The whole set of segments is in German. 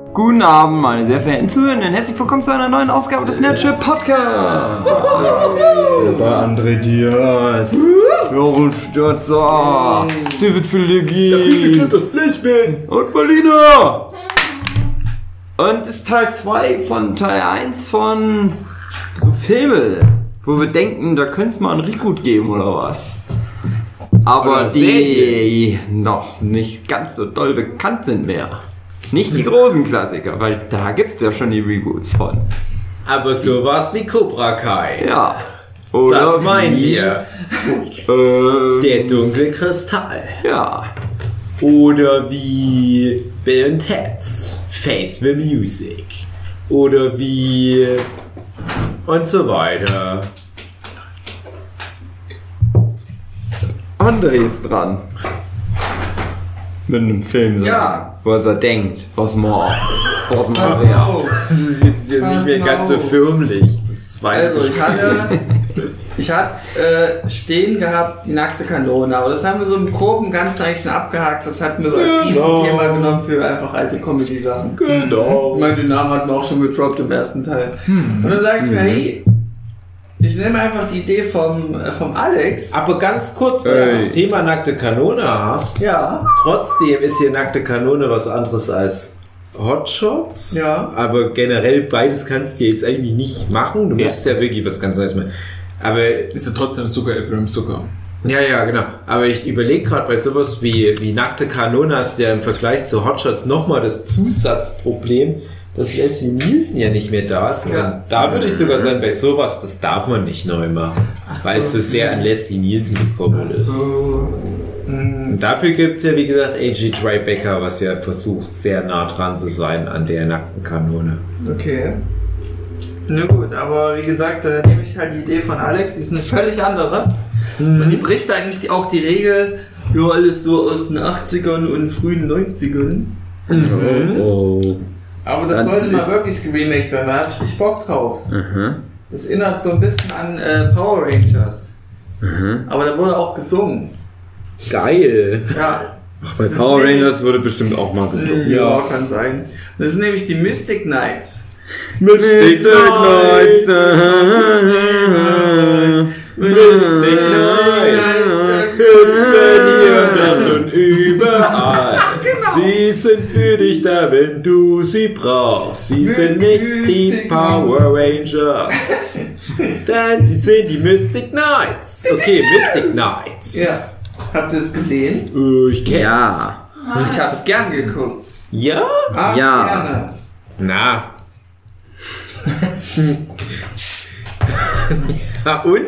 Guten Abend, meine sehr verehrten Zuhörenden. Herzlich willkommen zu einer neuen Ausgabe des Nerdship Podcasts. Bei André Diaz, Jochen Stürzer, David Philigi, der Fiete das Blechbein und Berliner. Und es ist Teil 2 von Teil 1 von so Filme, wo wir denken, da könnte es mal einen Reboot geben oder was. Aber oder die noch nicht ganz so doll bekannt sind mehr. Nicht die großen Klassiker, weil da gibt es ja schon die Reboots von. Aber sowas wie Cobra Kai. Ja. Oder das meinen wir. Der dunkle Kristall. Ja. Oder wie Bill and Ted's Face the Music. Oder wie... und so weiter. André ist dran. Mit einem Film, ja. Was er denkt, was man Das ist jetzt hier nicht mehr ganz so förmlich. Das zweite Also ich hatte stehen gehabt die nackte Kanone, aber das haben wir so im groben Ganzen eigentlich schon abgehakt. Das hatten wir so als Riesenthema genommen für einfach alte Comedy-Sachen. Genau. Ich meine, den Namen hatten wir auch schon gedroppt im ersten Teil. Und dann sage ich mir, hey, ich nehme einfach die Idee vom Alex. Aber ganz kurz, wenn du das Thema nackte Kanone hast, ja. Trotzdem ist hier nackte Kanone was anderes als Hotshots. Ja. Aber generell beides kannst du jetzt eigentlich nicht machen. Du müsstest ja wirklich was ganz Neues machen. Aber ist ja trotzdem Zucker-Äpfel im Zucker. Ja, genau. Aber ich überlege gerade bei sowas wie nackte Kanone hast du ja im Vergleich zu Hotshots nochmal das Zusatzproblem, dass Leslie Nielsen ja nicht mehr da ist. Ja. Da würde ich sogar sagen, bei sowas, das darf man nicht neu machen, weil es so sehr an Leslie Nielsen gekommen ist. Und dafür gibt es ja, wie gesagt, A.G. Tribeca, was ja versucht, sehr nah dran zu sein an der nackten Kanone. Okay. Na gut, aber wie gesagt, da nehme ich halt die Idee von Alex, die ist eine völlig andere. Und die bricht eigentlich auch die Regel, ja, alles so aus den 80ern und frühen 90ern. Oh. Aber das sollte mal wirklich geremaked werden, da habe ich Bock drauf. Das erinnert so ein bisschen an Power Rangers. Aber da wurde auch gesungen. Geil. Ja. Ach, bei Power Rangers wurde bestimmt auch mal gesungen. Ja, kann sein. Das sind nämlich die Mystic Knights. Mystic Knights. Mystic Knights. Hüpfen und überall. Genau. Sie sind für dich da, wenn du sie brauchst. Sie sind nicht die Power Rangers. Denn sie sind die Mystic Knights. Okay, Mystic Knights. Ja. Habt ihr es gesehen? Ich kenn's. Ja. Ich hab's gern geguckt. Ja? Ach, Ja. Gerne. Na. Ja, und?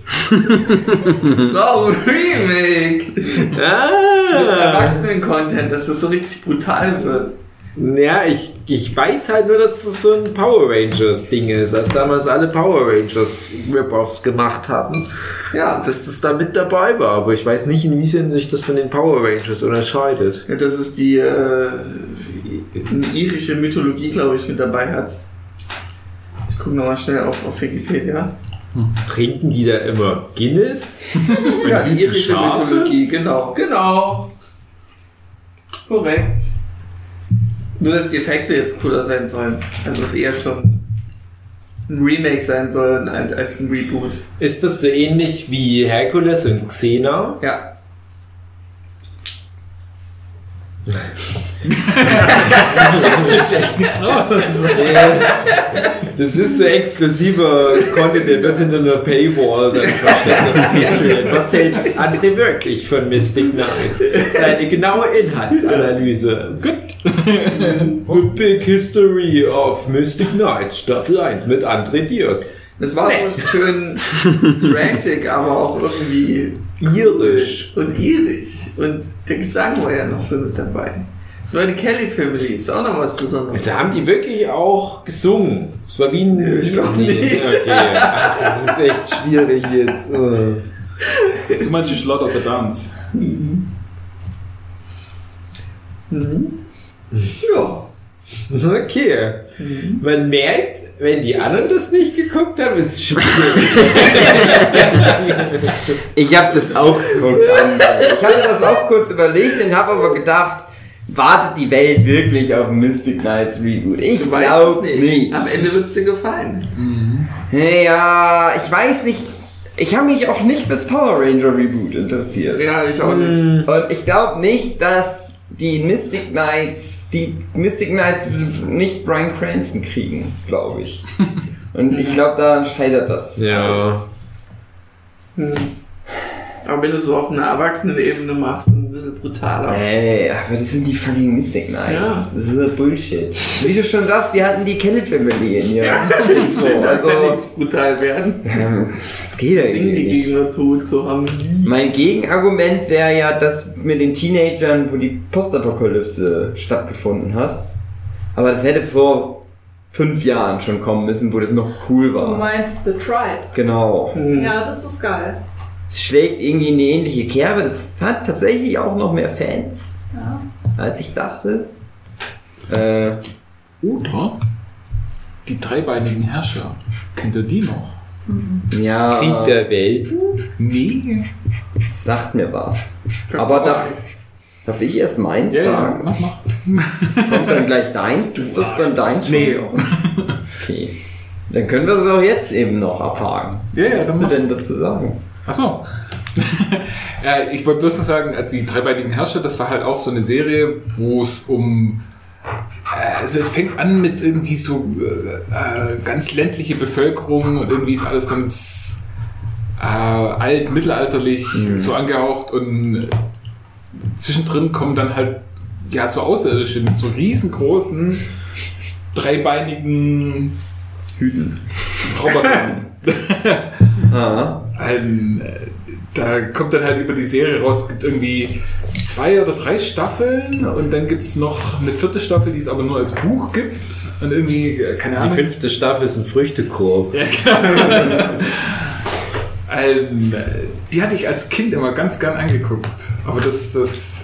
Oh, Remake! Mit Erwachsenen-Content, dass das so richtig brutal wird. Ja, ich weiß halt nur, dass das so ein Power Rangers Ding ist, als damals alle Power Rangers Rip-Offs gemacht hatten. Ja. Dass das da mit dabei war, aber ich weiß nicht, inwiefern sich das von den Power Rangers unterscheidet. Ja, dass es die irische Mythologie, glaube ich, mit dabei hat. Ich gucke nochmal schnell auf Wikipedia. Trinken die da immer Guinness? Ja, die irische Schafe? Mythologie, genau. Korrekt. Nur, dass die Effekte jetzt cooler sein sollen. Also, es eher schon ein Remake sein soll als ein Reboot. Ist das so ähnlich wie Herkules und Xena? Ja. Das ist so exklusiver Content, der wird hinter einer Paywall dann versteckt auf Patreon. Was hält André wirklich von Mystic Knights? Seine genaue Inhaltsanalyse. The Big History of Mystic Knights, Staffel 1 mit André Diaz. Das war so schön trashig, aber auch irgendwie irisch. Und irisch. Und der Gesang war ja noch so mit dabei. Das war die Kelly Family, ist auch noch was Besonderes. Also haben die wirklich auch gesungen? Es war wie ein... Ich glaube nicht. Okay, ach, das ist echt schwierig jetzt. So manche Slot of the Dance. Ja. Okay. Man merkt, wenn die anderen das nicht geguckt haben, ist es schwierig. Ich habe das auch geguckt. Ich hatte das auch kurz überlegt und habe aber gedacht, wartet die Welt wirklich auf Mystic Knights Reboot? Ich glaube nicht. Am Ende wird es dir gefallen. Ja, ich weiß nicht. Ich habe mich auch nicht fürs Power Ranger Reboot interessiert. Ja, ich auch nicht. Und ich glaube nicht, dass die Mystic Knights nicht Bryan Cranston kriegen, glaube ich. Und ich glaube, da scheitert das. Ja. Aber wenn du es so auf einer Erwachsenen-Ebene machst, ein bisschen brutaler. Ey, aber das sind die fucking Mystic Knights. Ja. Das ist Bullshit. Wie du schon sagst, die hatten die Kelly Family in ihr. Stimmt, da also, kann nichts brutal werden. das geht ja Singen die nicht. Gegner tot, so haben die. Mein Gegenargument wäre ja, dass mit den Teenagern, wo die Postapokalypse stattgefunden hat. Aber das hätte vor 5 Jahren schon kommen müssen, wo das noch cool Du war. meinst The Tribe. Genau. Ja, das ist geil. Es schlägt irgendwie in eine ähnliche Kerbe. Das hat tatsächlich auch noch mehr Fans, Ja. als ich dachte. Oder die dreibeinigen Herrscher. Kennt ihr die noch? Ja, Krieg der Welt. Nee. sagt mir was. Aber darf ich erst meins sagen? mach. Kommt dann gleich deins? Ist das dann deins? Nee. Okay. Dann können wir es auch jetzt eben noch abhaken. Ja, Was dann willst mach. du denn dazu sagen? Achso. Ich wollte bloß noch sagen, als die dreibeinigen Herrscher, das war halt auch so eine Serie, wo es um... Also es fängt an mit irgendwie so ganz ländliche Bevölkerung und irgendwie ist alles ganz alt, mittelalterlich, so angehaucht und zwischendrin kommen dann halt ja so Außerirdische mit so riesengroßen, dreibeinigen Hüten. Robotern. Da kommt dann halt über die Serie raus, es gibt irgendwie 2 oder 3 Staffeln und dann gibt es noch eine 4. Staffel, die es aber nur als Buch gibt und irgendwie, keine Ahnung. Die 5. Staffel ist ein Früchtekorb. Ja, genau. Die hatte ich als Kind immer ganz gern angeguckt, aber das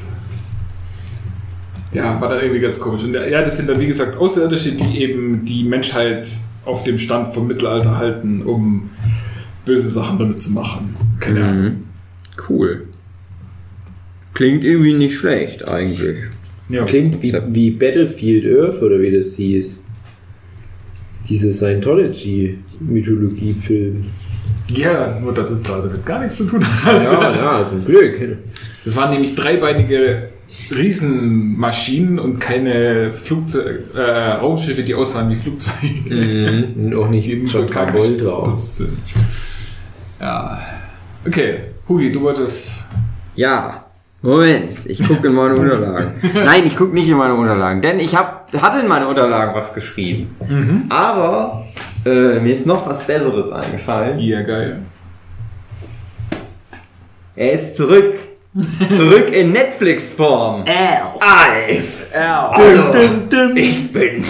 ja, war dann irgendwie ganz komisch. Und ja, das sind dann wie gesagt Außerirdische, die eben die Menschheit auf dem Stand vom Mittelalter halten, um böse Sachen damit zu machen. Keine Ahnung. Cool. Klingt irgendwie nicht schlecht eigentlich. Ja. Klingt wie Battlefield Earth oder wie das hieß. Diese Scientology-Mythologie-Film. Ja, nur dass es da damit gar nichts zu tun hat. Ja, zum Glück. Das waren nämlich dreibeinige Riesenmaschinen und keine Raumschiffe, die aussahen wie Flugzeuge. Und auch nicht Die John Travolta. gestürzt sind. Ja. Okay, Hugi, du wolltest... Ja, Moment, ich gucke in meine Unterlagen. Nein, ich gucke nicht in meine Unterlagen, denn ich hatte in meine Unterlagen was geschrieben. Aber mir ist noch was Besseres eingefallen. Ja, geil. Er ist zurück. Zurück in Netflix-Form. Alf. Hallo. Ich bin's.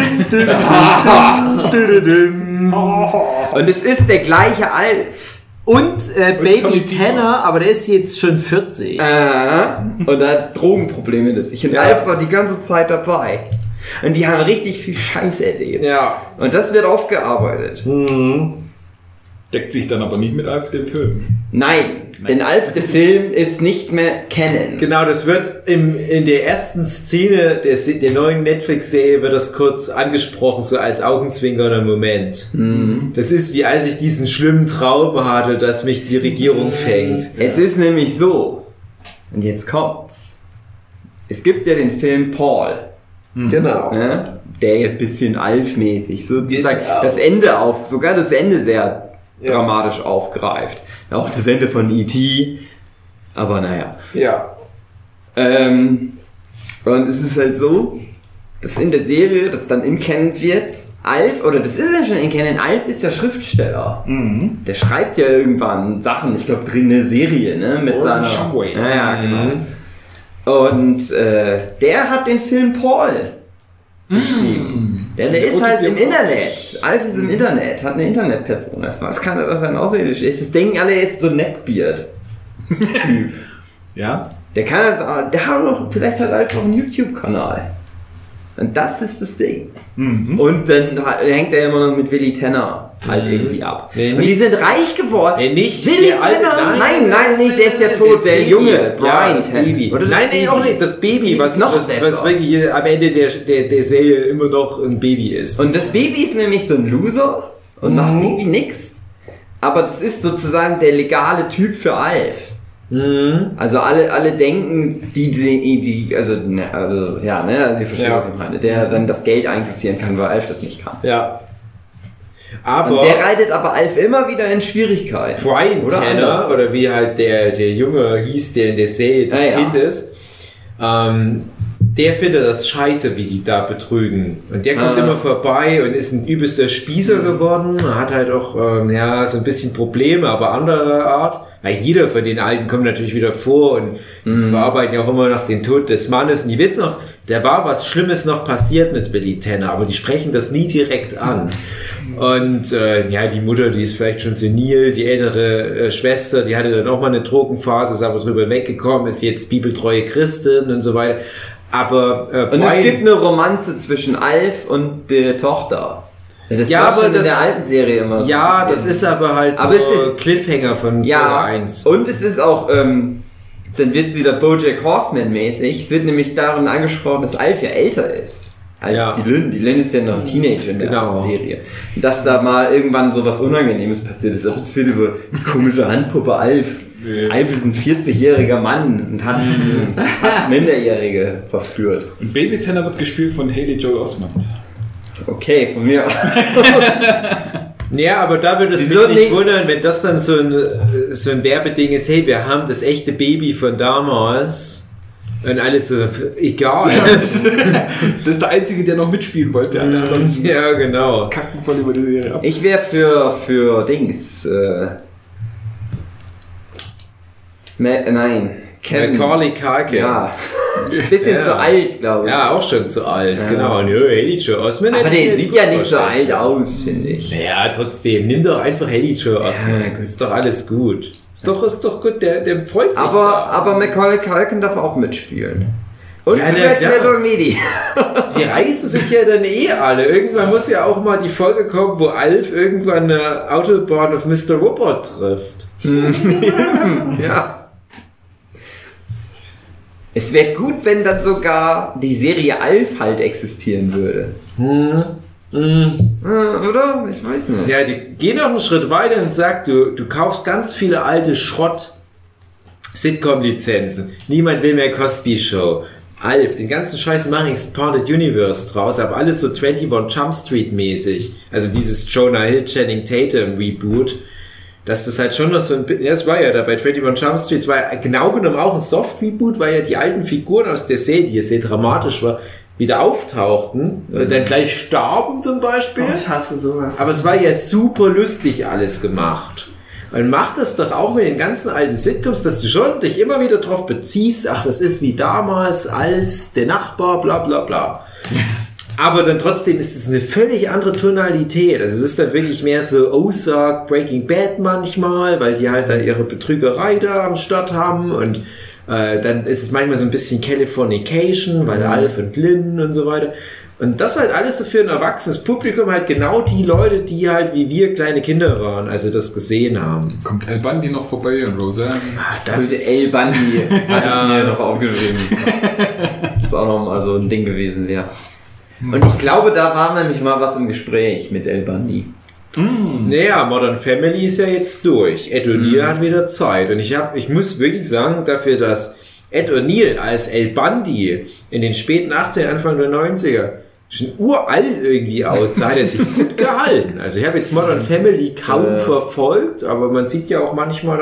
Und es ist der gleiche Alf. Und Baby Tommy Tanner, aber der ist jetzt schon 40. Und er hat Drogenprobleme. Und Alf war die ganze Zeit dabei. Und die haben richtig viel Scheiß erlebt. Ja. Und das wird aufgearbeitet. Deckt sich dann aber nicht mit Alf, dem Film. Nein, denn Alf, der Film, ist nicht mehr Canon. Genau, das wird in der ersten Szene der neuen Netflix-Serie wird das kurz angesprochen, so als augenzwinkernder Moment. Das ist wie als ich diesen schlimmen Traum hatte, dass mich die Regierung fängt. Es ist nämlich so, und jetzt kommt's. Es gibt ja den Film Paul, Genau. ne? Der ein bisschen Alf-mäßig sozusagen Genau. sogar das Ende sehr dramatisch aufgreift. Auch das Ende von E.T., aber naja. Ja. Und es ist halt so, dass in der Serie, das dann in Canon wird, Alf, oder das ist ja schon in Canon, Alf ist ja Schriftsteller. Der schreibt ja irgendwann Sachen, ich glaube drin eine Serie, ne, mit seiner... Shumway. Ja, genau. Und der hat den Film Paul geschrieben. Denn der ist halt im Internet. Alf ist im Internet, hat eine Internetperson. Das weiß keiner, dass er ein Außerirdischer ist. Das denken alle, er ist so ein Neckbeard-Typ. Ja? Der kann halt, vielleicht hat Alf auch einen YouTube-Kanal. Und das ist das Ding. Und dann hängt er immer noch mit Willy Tanner halt irgendwie ab. Nee, und die nicht- sind reich geworden. Nee, nicht Billy der alte- Tanner? nein, Nein, nicht, der ist ja das tot, der Baby. Junge, Ja, Brian das Tanner. Baby. Oder das Nein, Baby? auch nicht, das Baby, was noch was besser. wirklich am Ende der Serie immer noch ein Baby ist. Und das Baby ist nämlich so ein Loser und macht irgendwie nix. Aber das ist sozusagen der legale Typ für Alf. Also alle denken, also ihr versteht, Ja. was ich meine, der dann das Geld einkassieren kann, weil Alf das nicht kann. Ja. Und Aber der reitet aber Alf immer wieder in Schwierigkeiten. Brian Oder Tanner, anders. oder wie halt der Junge hieß, der in der Serie das Ja. Kind ist, der findet das scheiße, wie die da betrügen. Und der kommt immer vorbei und ist ein übelster Spießer geworden. Er hat halt auch so ein bisschen Probleme, aber anderer Art. Weil jeder von den Alten kommt natürlich wieder vor und die verarbeiten ja auch immer noch den Tod des Mannes. Und die wissen noch, da war was Schlimmes noch passiert mit Billy Tanner, aber die sprechen das nie direkt an. Und die Mutter, die ist vielleicht schon senil, die ältere Schwester, die hatte dann auch mal eine Drogenphase, ist aber drüber weggekommen, ist jetzt bibeltreue Christin und so weiter. Aber Und es gibt eine Romanze zwischen Alf und der Tochter. Das Ja, war aber schon in das- der alten Serie immer so. ja, ein das bisschen. ist aber halt Aber so es ist- Cliffhanger von Folge Ja, 1. und es ist auch, dann wird es wieder BoJack Horseman mäßig. Es wird nämlich darin angesprochen, dass Alf ja älter ist als Ja. die Lynn. Die Lynn ist ja noch ein Teenager in der Genau. Serie. Und dass da mal irgendwann so was Unangenehmes passiert ist. Also es wird über die komische Handpuppe Alf. Alf ist ein 40-jähriger Mann und hat fast Minderjährige verführt. Und Baby Tanner wird gespielt von Haley Joel Osment. Okay, von mir. Ja, aber da würde es Wieso mich nicht nicht? wundern, wenn das dann so ein Werbeding ist, hey, wir haben das echte Baby von damals und alles so, egal. Das ist der Einzige, der noch mitspielen wollte. Alle anderen Ja, genau. kacken voll über die Serie ab. Ich wäre für Dings. Nein. Kevin. Macaulay Culkin. Ja. Bisschen Ja. zu alt, glaube ich. Ja, auch schon zu alt, Ja. genau. Und ja, Haley Joel Osment. Aber hätte ich mir der jetzt sieht gut ja nicht so vorstellen alt aus, finde ich. Ja, trotzdem, nimm doch einfach Haley Joel Osment. gut. Ist doch alles gut. Ist doch gut, der freut sich. Aber Macaulay Culkin darf auch mitspielen. Und Ja, na Red klar. Metal Midi. Die reißen sich ja dann alle. Irgendwann muss ja auch mal die Folge kommen, wo Alf irgendwann eine Autobahn auf Mr. Robot trifft. Ja. Es wäre gut, wenn dann sogar die Serie Alf halt existieren würde. Oder? Ich weiß nicht. Ja, die gehen noch einen Schritt weiter und sagt, du kaufst ganz viele alte Schrott-Sitcom-Lizenzen. Niemand will mehr Cosby Show. Alf, den ganzen Scheiß mache ich Expanded Universe draus, aber alles so 21 Jump Street mäßig. Also dieses Jonah Hill, Channing Tatum Reboot. Dass das halt schon noch so ein bisschen, ja, es war ja da bei 21 Jump Street, es war ja genau genommen auch ein Soft-Reboot, weil ja die alten Figuren aus der Serie, die ja sehr dramatisch war, wieder auftauchten und dann gleich starben zum Beispiel. Oh, ich hasse sowas. Aber es war ja super lustig alles gemacht. Und mach das doch auch mit den ganzen alten Sitcoms, dass du schon dich immer wieder drauf beziehst, ach, das ist wie damals als der Nachbar, bla bla bla. Aber dann trotzdem ist es eine völlig andere Tonalität. Also es ist dann wirklich mehr so Ozark, Breaking Bad manchmal, weil die halt da ihre Betrügerei da am Start haben und dann ist es manchmal so ein bisschen Californication, weil Alf und Lynn und so weiter. Und das halt alles so für ein erwachsenes Publikum, halt genau die Leute, die halt wie wir kleine Kinder waren, also das gesehen haben. Kommt Al Bundy noch vorbei und Roseanne? Das El Bundy hatte ich mir noch aufgeschrieben. Das ist auch noch mal so ein Ding gewesen, ja. Und ich glaube, da war nämlich mal was im Gespräch mit El Bundy. Naja, Modern Family ist ja jetzt durch. Ed O'Neill hat wieder Zeit. Und ich muss wirklich sagen, dafür, dass Ed O'Neill als El Bundy in den späten 80er, Anfang der 90er schon uralt irgendwie aussah, hat er sich gut gehalten. Also ich habe jetzt Modern Family kaum verfolgt, aber man sieht ja auch manchmal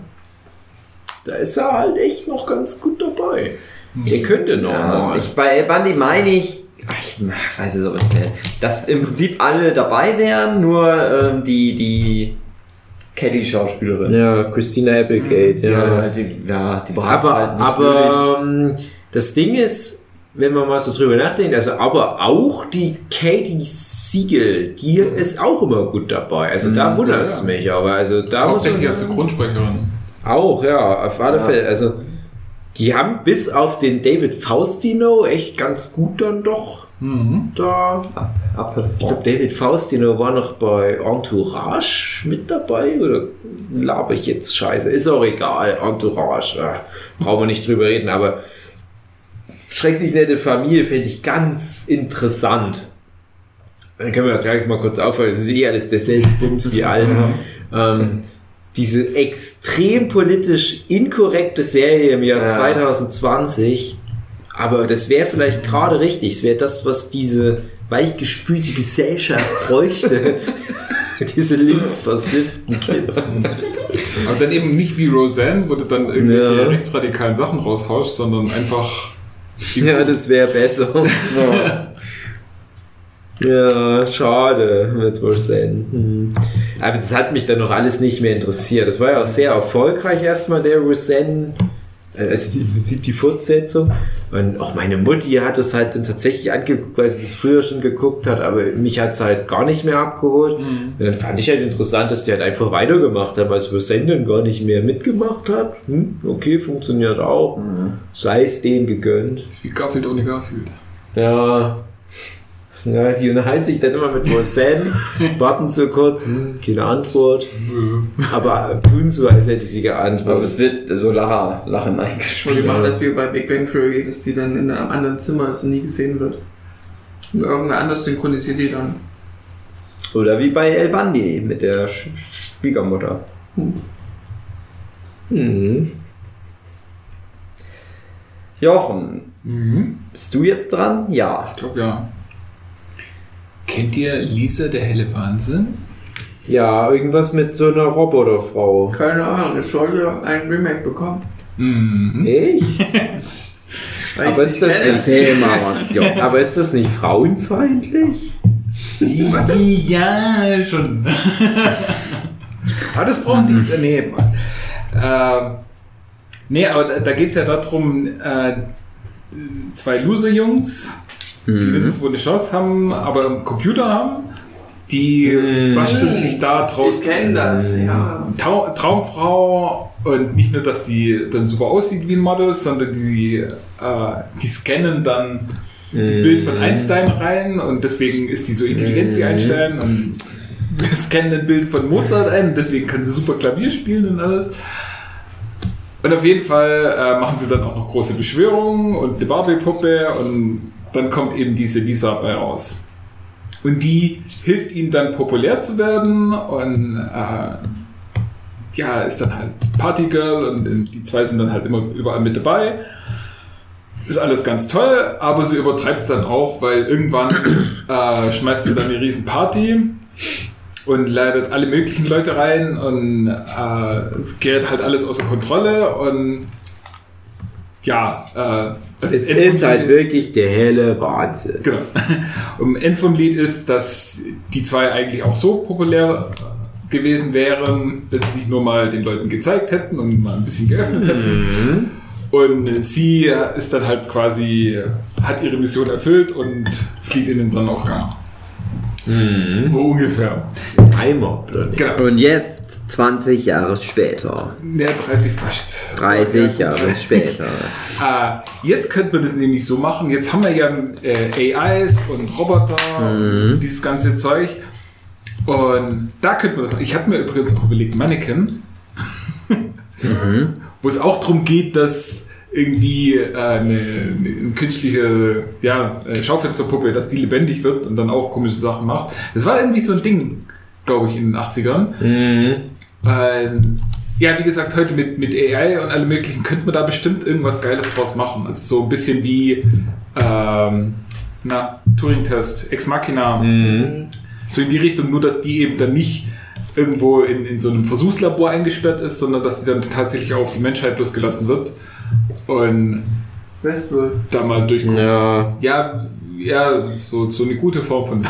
da ist er halt echt noch ganz gut dabei. Der könnte noch mal. Bei El Bundy meine ich weiß es aber nicht mehr, dass im Prinzip alle dabei wären, nur die Kelly-Schauspielerin. Ja, Christina Applegate, Die Bratzeiten aber das Ding ist, wenn man mal so drüber nachdenkt, also aber auch die Katie Siegel, die ist auch immer gut dabei. Also da wundert es mich, aber also da muss man Hauptsächlich als Synchronsprecherin. auch, ja, auf alle Fälle. Also die haben bis auf den David Faustino echt ganz gut dann doch da. Ich glaube, David Faustino war noch bei Entourage mit dabei, oder laber ich jetzt Scheiße? Ist auch egal, Entourage, brauchen wir nicht drüber reden, aber Schrecklich nette Familie finde ich ganz interessant. Dann können wir ja gleich mal kurz aufhören, es ist alles derselbe Bums wie alle. Diese extrem politisch inkorrekte Serie im Jahr 2020, aber das wäre vielleicht gerade richtig, es wäre das, was diese weichgespülte Gesellschaft bräuchte. Diese linksversifften Kids. Aber dann eben nicht wie Roseanne, wo du dann irgendwelche rechtsradikalen Sachen raushaust, sondern einfach... Ja, das wäre besser. Ja, schade, wird's wohl sein. Aber das hat mich dann noch alles nicht mehr interessiert. Das war ja auch sehr erfolgreich erstmal, der Roseanne, also im Prinzip die Fortsetzung. Und auch meine Mutti hat es halt dann tatsächlich angeguckt, weil sie das früher schon geguckt hat, aber mich hat es halt gar nicht mehr abgeholt. Und dann fand ich halt interessant, dass die halt einfach weitergemacht haben, weil Roseanne dann gar nicht mehr mitgemacht hat. Okay, funktioniert auch. Sei es denen gegönnt. Das ist wie Garfield ohne Garfield. Ja, die unterhalten sich dann immer mit Roseanne, warten so kurz, keine Antwort, aber tun so, als hätte sie geantwortet. Aber es wird so Lachen eingespielt. Und die macht das wie bei Big Bang Theory, dass die dann in einem anderen Zimmer ist und nie gesehen wird. Und irgendwer anders synchronisiert die dann. Oder wie bei El Bandi mit der Schwiegermutter. Jochen, bist du jetzt dran? Ja. Ich glaube ja. Kennt ihr Lisa, der helle Wahnsinn? Ja, irgendwas mit so einer Roboterfrau. Keine Ahnung, es sollte ein Remake bekommen. Echt? Aber ist das aber ist das nicht frauenfeindlich? Ja, schon. Aber das braucht nicht. Nee, aber da geht es ja darum, zwei Loser-Jungs, die nirgendwo eine Chance haben, aber einen Computer haben, die basteln sich da draußen. Ich kenne das, ja. Traumfrau, und nicht nur, dass sie dann super aussieht wie ein Model, sondern die scannen dann ein Bild von Einstein rein, und deswegen ist die so intelligent wie Einstein, und scannen ein Bild von Mozart ein, und deswegen kann sie super Klavier spielen und alles. Und auf jeden Fall machen sie dann auch noch große Beschwörungen und eine Barbie-Puppe, und dann kommt eben diese Lisa bei raus. Und die hilft ihnen dann populär zu werden, und ist dann halt Partygirl, und die zwei sind dann halt immer überall mit dabei. Ist alles ganz toll, aber sie übertreibt es dann auch, weil irgendwann schmeißt sie dann eine riesen Party und ladet alle möglichen Leute rein, und es gerät halt alles außer Kontrolle, und es ist halt wirklich der helle Wahnsinn. Genau. Und am Ende vom Lied ist, dass die zwei eigentlich auch so populär gewesen wären, dass sie sich nur mal den Leuten gezeigt hätten und mal ein bisschen geöffnet hätten. Und sie ist dann halt quasi, hat ihre Mission erfüllt und fliegt in den Sonnenaufgang. Wo ungefähr. Eimer, oder nicht? Genau. Und jetzt 20 Jahre später. Ja, 30 fast. 30 Jahre später. Jetzt könnte man das nämlich so machen. Jetzt haben wir ja AIs und Roboter und dieses ganze Zeug. Und da könnte man das machen. Ich habe mir übrigens auch überlegt, Mannequin. Wo es auch darum geht, dass irgendwie eine künstliche Schaufensterpuppe, dass die lebendig wird und dann auch komische Sachen macht. Das war irgendwie so ein Ding, glaube ich, in den 80ern. Wie gesagt, heute mit AI und allem möglichen könnte man da bestimmt irgendwas Geiles draus machen. Also so ein bisschen wie Turing-Test, Ex Machina. So in die Richtung, nur dass die eben dann nicht irgendwo in so einem Versuchslabor eingesperrt ist, sondern dass die dann tatsächlich auf die Menschheit losgelassen wird und Westworld da mal durchguckt. So eine gute Form von...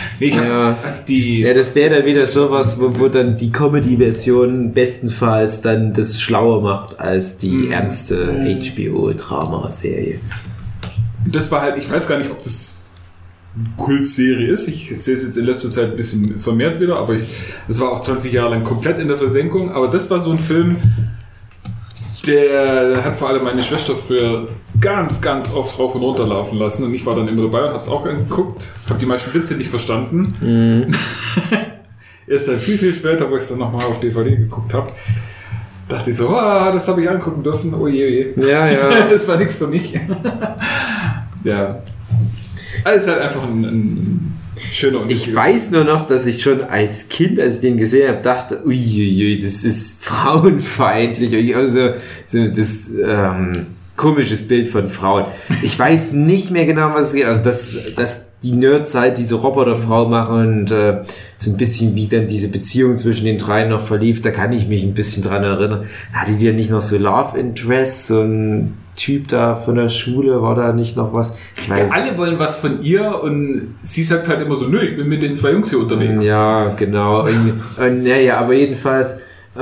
das wäre dann wieder sowas, wo dann die Comedy-Version bestenfalls dann das schlauer macht als die ernste HBO-Drama-Serie. Das war halt, ich weiß gar nicht, ob das eine Kultserie ist. Ich sehe es jetzt in letzter Zeit ein bisschen vermehrt wieder, aber das war auch 20 Jahre lang komplett in der Versenkung. Aber das war so ein Film, Der hat vor allem meine Schwester früher ganz, ganz oft rauf und runter laufen lassen und ich war dann immer dabei und hab's auch angeguckt, hab die meisten Witze nicht verstanden. Erst dann viel, viel später, wo ich es dann nochmal auf DVD geguckt habe, dachte ich so, das habe ich angucken dürfen, oh je. Ja. Das war nichts für mich. Ja. Also es ist halt einfach ein schöner und Ich weiß nur noch, dass ich schon als Kind, als ich den gesehen habe, dachte, uiuiui, das ist frauenfeindlich. Also so das komisches Bild von Frauen. Ich weiß nicht mehr genau, was es geht. Also dass die Nerds halt diese Roboterfrau machen und so ein bisschen wie dann diese Beziehung zwischen den dreien noch verlief, da kann ich mich ein bisschen dran erinnern. Hatte die ja nicht noch so Love Interest, so ein Typ da von der Schule, war da nicht noch was? Ich weiß. Ja, alle wollen was von ihr und sie sagt halt immer so, nö, ich bin mit den 2 Jungs hier unterwegs. Ja, genau. Und naja, aber jedenfalls,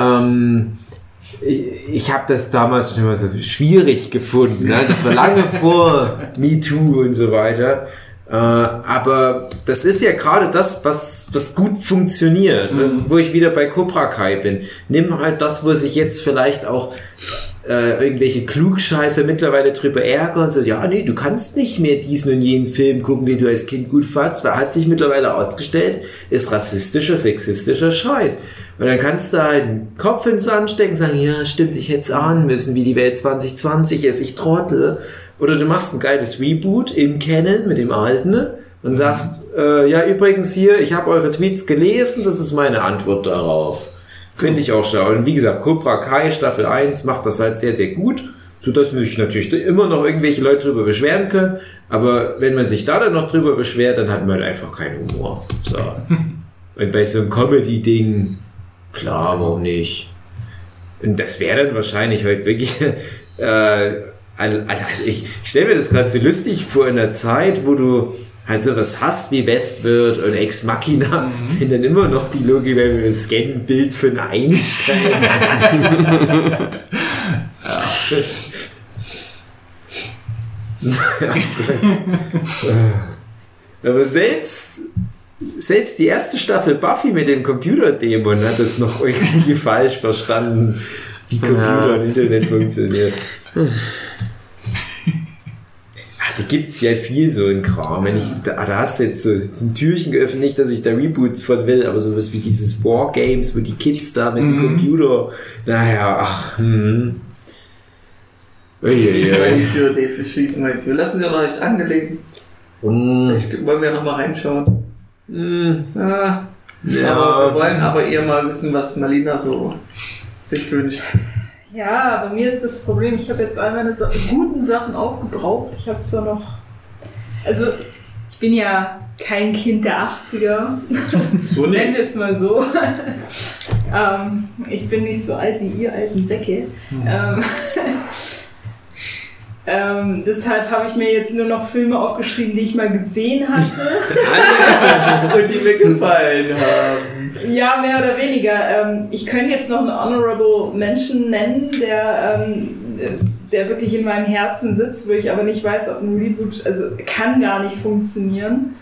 ich habe das damals schon immer so schwierig gefunden. Ne? Das war lange vor MeToo und so weiter. Aber das ist ja gerade das, was gut funktioniert, wo ich wieder bei Cobra Kai bin. Nimm halt das, wo sich jetzt vielleicht auch irgendwelche Klugscheißer mittlerweile drüber ärgern und so, ja, nee, du kannst nicht mehr diesen und jenen Film gucken, den du als Kind gut fandst, weil hat sich mittlerweile ausgestellt, ist rassistischer, sexistischer Scheiß. Und dann kannst du halt den Kopf ins Sand stecken und sagen, ja, stimmt, ich hätte es ahnen müssen, wie die Welt 2020 ist, ich trottel. Oder du machst ein geiles Reboot in Canon mit dem Alten und sagst, ja, übrigens hier, ich habe eure Tweets gelesen, das ist meine Antwort darauf. Finde ich auch schlau. Und wie gesagt, Cobra Kai Staffel 1 macht das halt sehr, sehr gut, sodass sich natürlich immer noch irgendwelche Leute drüber beschweren können. Aber wenn man sich da dann noch drüber beschwert, dann hat man halt einfach keinen Humor. So. Und bei so einem Comedy-Ding, klar, warum nicht? Und das wäre dann wahrscheinlich heute wirklich... also ich stelle mir das gerade so lustig vor in der Zeit, wo du halt sowas hast wie Westworld und Ex Machina, wenn dann immer noch die Logik, wenn wir scannen ein Bild für einen Einstein. Aber selbst die erste Staffel Buffy mit dem Computerdämon hat es noch irgendwie falsch verstanden, wie Computer und Internet funktioniert. Da gibt's ja viel so ein Kram. Wenn da hast du jetzt so ein Türchen geöffnet, nicht, dass ich da Reboots von will, aber sowas wie dieses Wargames, wo die Kids da mit dem Computer, Ich will die Tür verschließen, wir lassen sie noch nicht angelegt. Vielleicht wollen wir noch mal reinschauen. Aber wir wollen aber eher mal wissen, was Malina so sich wünscht. Ja, bei mir ist das Problem, ich habe jetzt all meine guten Sachen aufgebraucht. Ich habe zwar noch... Also, ich bin ja kein Kind der 80er. So nicht. Nennen wir es mal so. Ich bin nicht so alt wie ihr alten Säcke. Deshalb habe ich mir jetzt nur noch Filme aufgeschrieben, die ich mal gesehen hatte. Und die mir gefallen haben. Ja, mehr oder weniger. Ich könnte jetzt noch einen Honorable Mention nennen, der wirklich in meinem Herzen sitzt, wo ich aber nicht weiß, ob ein Reboot, also kann gar nicht funktionieren.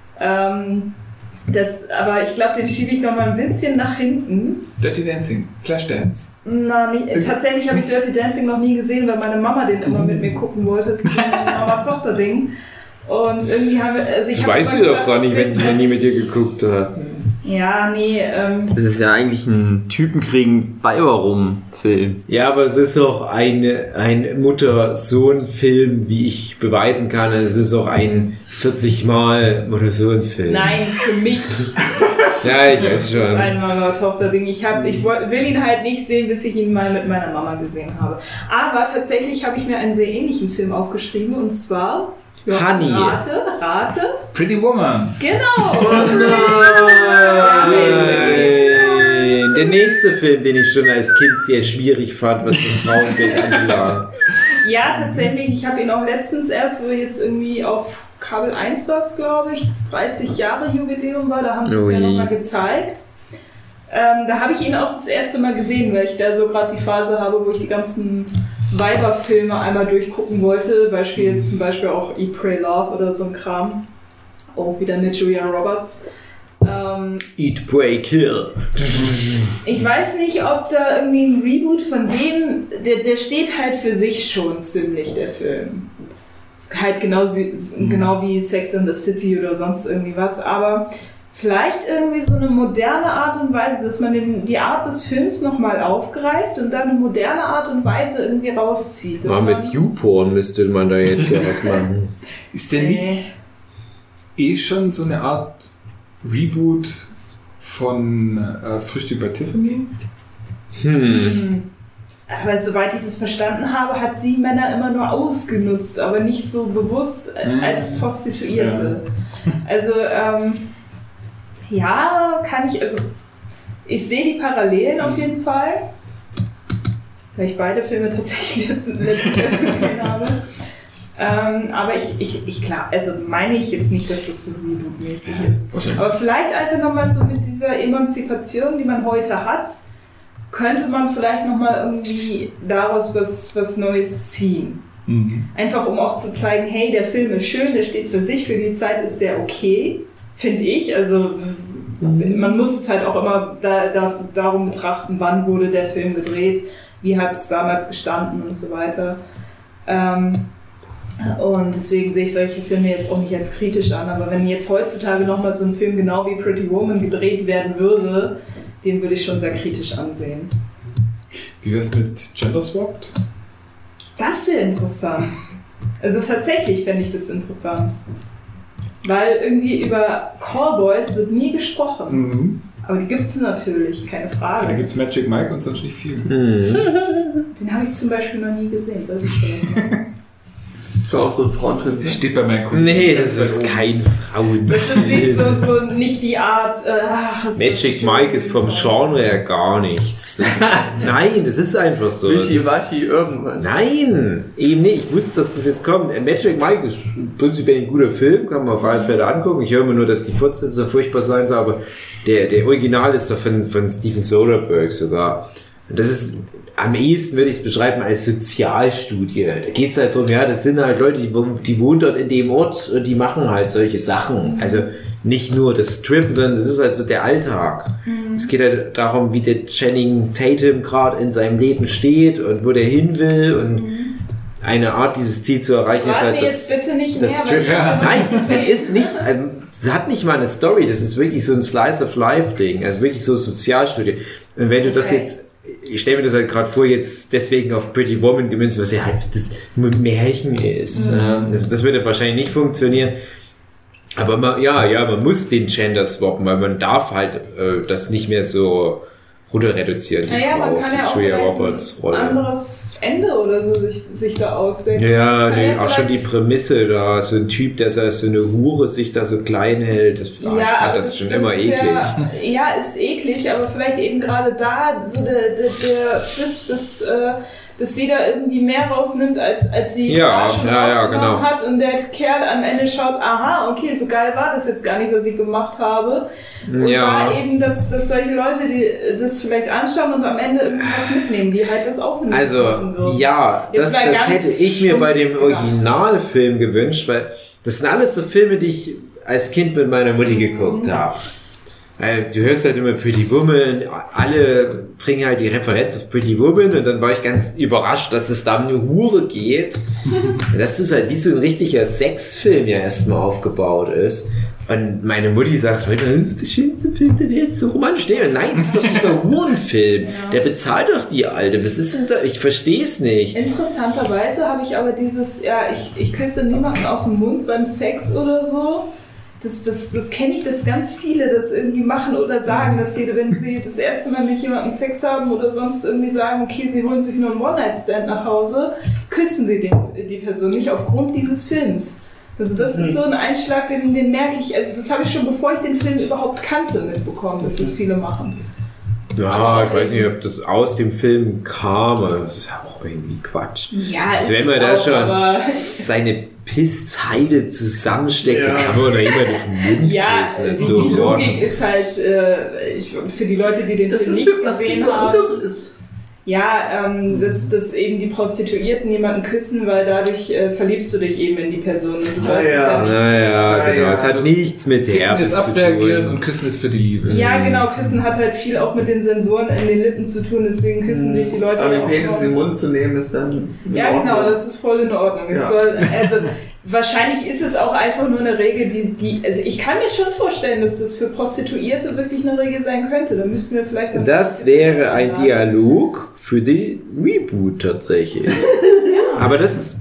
Aber ich glaube, den schiebe ich noch mal ein bisschen nach hinten. Dirty Dancing, Flashdance. Tatsächlich habe ich Dirty Dancing noch nie gesehen, weil meine Mama den immer mit mir gucken wollte. Das ist ein Mama-Tochter-Ding. Und irgendwie haben wir... Also ich weiß sie doch gar nicht, wenn sie noch nie mit dir geguckt hat. Ja, nee. Das ist ja eigentlich ein Typenkriegen-Weiber-Rum-Film. Ja, aber es ist auch ein Mutter-Sohn-Film, wie ich beweisen kann. Es ist auch ein 40-mal Mutter-Sohn-Film. Nein, für mich. Ja, ich weiß schon. Das ist ein Mama-Tochter-Ding. Ich will ihn halt nicht sehen, bis ich ihn mal mit meiner Mama gesehen habe. Aber tatsächlich habe ich mir einen sehr ähnlichen Film aufgeschrieben, und zwar... Honey. Rate. Pretty Woman. Genau. Oh nein. Der nächste Film, den ich schon als Kind sehr schwierig fand, was das Frauenbild anbelangt. Ja, tatsächlich. Ich habe ihn auch letztens erst, wo jetzt irgendwie auf Kabel 1 war es, glaube ich, das 30-Jahre-Jubiläum war, da haben sie es ja nochmal gezeigt. Da habe ich ihn auch das erste Mal gesehen, weil ich da so gerade die Phase habe, wo ich die ganzen Weiberfilme einmal durchgucken wollte. Zum Beispiel auch Eat, Pray, Love oder so ein Kram. Auch wieder mit Julia Roberts. Eat, Pray, Kill. Ich weiß nicht, ob da irgendwie ein Reboot von dem, der steht halt für sich schon ziemlich, der Film. Ist halt genau wie Sex and the City oder sonst irgendwie was, aber vielleicht irgendwie so eine moderne Art und Weise, dass man die Art des Films nochmal aufgreift und dann eine moderne Art und Weise irgendwie rauszieht. Mal mit YouPorn müsste man da jetzt ja was machen. Ist der nicht schon so eine Art Reboot von Frühstück bei Tiffany? Aber soweit ich das verstanden habe, hat sie Männer immer nur ausgenutzt, aber nicht so bewusst als Prostituierte. Also, ich sehe die Parallelen auf jeden Fall, weil ich beide Filme tatsächlich letztens erst gesehen habe. Aber meine ich jetzt nicht, dass das so Reboot-mäßig ist. Aber vielleicht einfach nochmal so mit dieser Emanzipation, die man heute hat, könnte man vielleicht nochmal irgendwie daraus was Neues ziehen. Einfach um auch zu zeigen, hey, der Film ist schön, der steht für sich, für die Zeit ist der okay, finde ich. Also man muss es halt auch immer darum betrachten, wann wurde der Film gedreht, wie hat es damals gestanden und so weiter. Und deswegen sehe ich solche Filme jetzt auch nicht als kritisch an, aber wenn jetzt heutzutage nochmal so ein Film genau wie Pretty Woman gedreht werden würde, den würde ich schon sehr kritisch ansehen. Wie wäre es mit Gender Swapped? Das wäre interessant. Also tatsächlich fände ich das interessant. Weil irgendwie über Callboys wird nie gesprochen. Aber die gibt es natürlich, keine Frage. Da gibt es Magic Mike und sonst nicht viel. Den habe ich zum Beispiel noch nie gesehen, sollte ich vielleicht machen. Das war auch so ein Frauenfilm. Steht bei meinen Kunden. Nee, das ist kein Frauenfilm. Das ist nicht so nicht die Art. Magic Mike ist vom Genre her gar nichts. Nein, das ist einfach so. Wischiwaschi irgendwas. Nein, eben nicht. Ich wusste, dass das jetzt kommt. Magic Mike ist prinzipiell ein guter Film, kann man auf alle Fälle angucken. Ich höre mir nur, dass die Fortsetzung so furchtbar sein soll, aber der Original ist doch von Steven Soderbergh sogar. Und das ist, am ehesten würde ich es beschreiben als Sozialstudie. Da geht es halt darum, ja, das sind halt Leute, die wohnen dort in dem Ort und die machen halt solche Sachen. Also nicht nur das Trippen, sondern das ist halt so der Alltag. Es geht halt darum, wie der Channing Tatum gerade in seinem Leben steht und wo der hin will und eine Art, dieses Ziel zu erreichen, ist halt das Trippen. Nein, es ist nicht, es hat nicht mal eine Story, das ist wirklich so ein Slice-of-Life-Ding, also wirklich so Sozialstudie. Und wenn du das jetzt, ich stelle mir das halt gerade vor, jetzt deswegen auf Pretty Woman gemünzt, was ja halt so das Märchen ist. Das würde wahrscheinlich nicht funktionieren. Aber man muss den Gender swappen, weil man darf halt das nicht mehr so runter reduzieren, die Frau man kann auf die Julia Roberts Rolle. Ein anderes Ende oder so sich da ausdenken. Ja, auch schon die Prämisse da, so ein Typ, der so eine Hure sich da so klein hält, ich fand das schon immer eklig. Ja, ist eklig, aber vielleicht eben gerade da so der Twist, dass sie da irgendwie mehr rausnimmt, als sie schon rausgenommen hat und der Kerl am Ende schaut, aha, okay, so geil war das jetzt gar nicht, was ich gemacht habe. Und war eben, dass solche Leute, die das vielleicht anschauen und am Ende irgendwas mitnehmen, die halt das auch nicht machen würden. Ja, das hätte ich mir bei dem Originalfilm gewünscht, weil das sind alles so Filme, die ich als Kind mit meiner Mutti geguckt habe. Du hörst halt immer Pretty Woman, alle bringen halt die Referenz auf Pretty Woman und dann war ich ganz überrascht, dass es da um eine Hure geht. Das ist halt wie so ein richtiger Sexfilm ja erstmal aufgebaut ist. Und meine Mutti sagt heute, das ist der schönste Film der Welt, so romantisch. Nein, das ist doch dieser Hurenfilm. Der bezahlt doch die Alte. Was ist denn da? Ich verstehe es nicht. Interessanterweise habe ich aber dieses, ich küsse niemanden auf den Mund beim Sex oder so. Das kenne ich, dass ganz viele das irgendwie machen oder sagen, dass wenn sie das erste Mal mit jemandem Sex haben oder sonst irgendwie sagen, okay, sie holen sich nur einen One-Night-Stand nach Hause, küssen sie die Person nicht aufgrund dieses Films. Also das ist so ein Einschlag, den merke ich, also das habe ich schon, bevor ich den Film überhaupt kannte, mitbekommen, dass das viele machen. Ja, ich weiß nicht, ob das aus dem Film kam, aber das ist ja auch irgendwie Quatsch. Ja, also wenn man da schon seine Pisszeile zusammensteckt, dann kann man da jemand auf den Mund küssen. Die Logik ist halt, für die Leute, die den Film nicht gesehen haben, dass eben die Prostituierten jemanden küssen, weil dadurch verliebst du dich eben in die Person. Und du sollst es ja nicht. Genau. Es hat nichts mit Herpes zu abreagieren tun. und Küssen ist für die Liebe. Ja, genau. Küssen hat halt viel auch mit den Sensoren in den Lippen zu tun, deswegen küssen sich die Leute Aber den auch. Penis in den Mund zu nehmen ist dann in Ja, Ordnung. genau, das ist voll in Ordnung. Es soll, wahrscheinlich ist es auch einfach nur eine Regel, also ich kann mir schon vorstellen, dass das für Prostituierte wirklich eine Regel sein könnte. Da müssten wir vielleicht... Das wäre ein Dialog für die Reboot tatsächlich. Aber das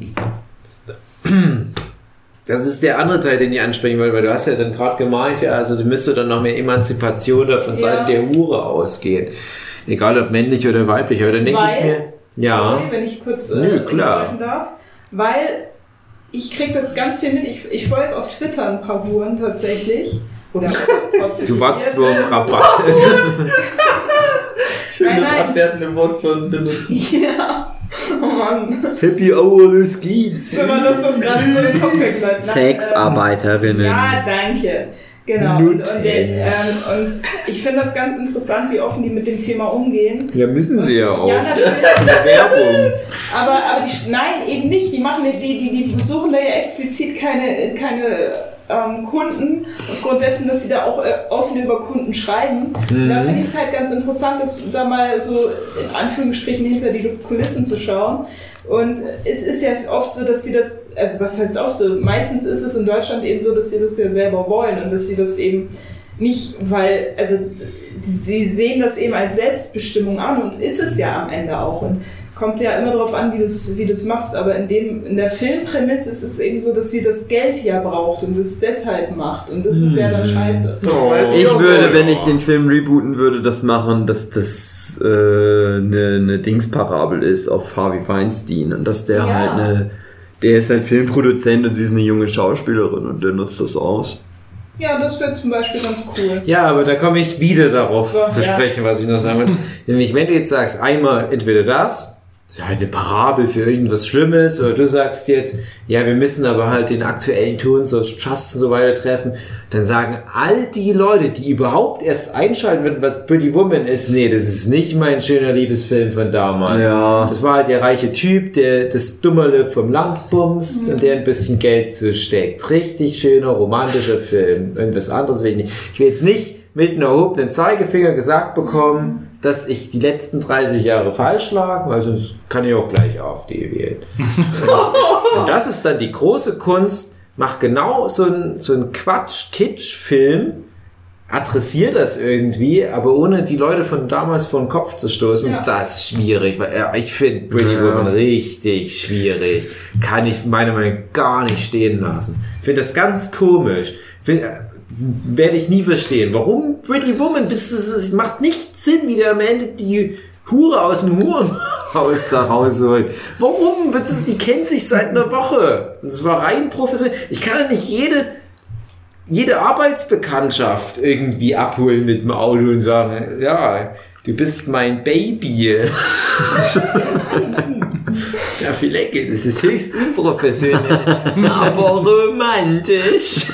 ist der andere Teil, den ich ansprechen wollte, weil du hast ja dann gerade gemeint, ja, also du müsste dann noch mehr Emanzipation da von Seiten der Hure ausgehen. Egal ob männlich oder weiblich, aber dann denke ich mir... Ja. Sorry, wenn ich kurz klar. unterbrechen darf. Weil ich kriege das ganz viel mit. Ich folge auf Twitter ein paar Huren tatsächlich. Oder Du warst nur auf Rabatt. Schön Nein, das nein. abwertende Wort von benutzen. Ja. Oh Mann. Happy Hour, los geht's. Wenn man das gerade so im Kopf wegbleibt. Sexarbeiterinnen. Ja, danke. Genau. Und ich finde das ganz interessant, wie offen die mit dem Thema umgehen. Ja, müssen sie ja auch. Ja, natürlich. Werbung. Aber nein, eben nicht. Die suchen da ja explizit keine Kunden, aufgrund dessen, dass sie da auch offen über Kunden schreiben. Da finde ich es halt ganz interessant, dass da mal so in Anführungsstrichen hinter die Kulissen zu schauen. Und es ist ja oft so, dass sie das, also was heißt oft so, meistens ist es in Deutschland eben so, dass sie das ja selber wollen und dass sie das eben nicht, weil, also sie sehen das eben als Selbstbestimmung an und ist es ja am Ende auch. Und kommt ja immer darauf an, wie du es machst, aber in der Filmprämisse ist es eben so, dass sie das Geld ja braucht und es deshalb macht und das ist ja dann scheiße. Ich würde, wenn ich den Film rebooten würde, das machen, dass das eine Dingsparabel ist auf Harvey Weinstein und dass der der ist ein Filmproduzent und sie ist eine junge Schauspielerin und der nutzt das aus. Ja, das wäre zum Beispiel ganz cool. Ja, aber da komme ich wieder darauf zu sprechen, was ich noch sagen will. Nämlich, wenn du jetzt sagst, einmal entweder das ist halt eine Parabel für irgendwas Schlimmes, oder du sagst jetzt, ja, wir müssen aber halt den aktuellen Ton so Just und so weiter treffen, dann sagen all die Leute, die überhaupt erst einschalten würden, was Pretty Woman ist, nee, das ist nicht mein schöner Liebesfilm von damals. Ja. Das war halt der reiche Typ, der das Dummerle vom Land bumst und der ein bisschen Geld zusteckt. Richtig schöner, romantischer Film. Irgendwas anderes will ich nicht. Ich will jetzt nicht mit einem erhobenen Zeigefinger gesagt bekommen, dass ich die letzten 30 Jahre falsch lag, weil sonst kann ich auch gleich AfD wählen. Und das ist dann die große Kunst, macht genau so ein Quatsch-Kitsch-Film, adressiert das irgendwie, aber ohne die Leute von damals vor den Kopf zu stoßen. Ja. Das ist schwierig, weil ich finde Pretty Woman richtig schwierig. Kann ich meiner Meinung nach gar nicht stehen lassen. Ich finde das ganz komisch. Werde ich nie verstehen. Warum Pretty Woman? Es macht nicht Sinn, wie der am Ende die Hure aus dem Hurenhaus da rausholt. Warum? Die kennt sich seit einer Woche. Das war rein professionell. Ich kann ja nicht jede Arbeitsbekanntschaft irgendwie abholen mit dem Auto und sagen, ja, du bist mein Baby. Ja, vielleicht, das ist höchst unprofessionell, aber romantisch.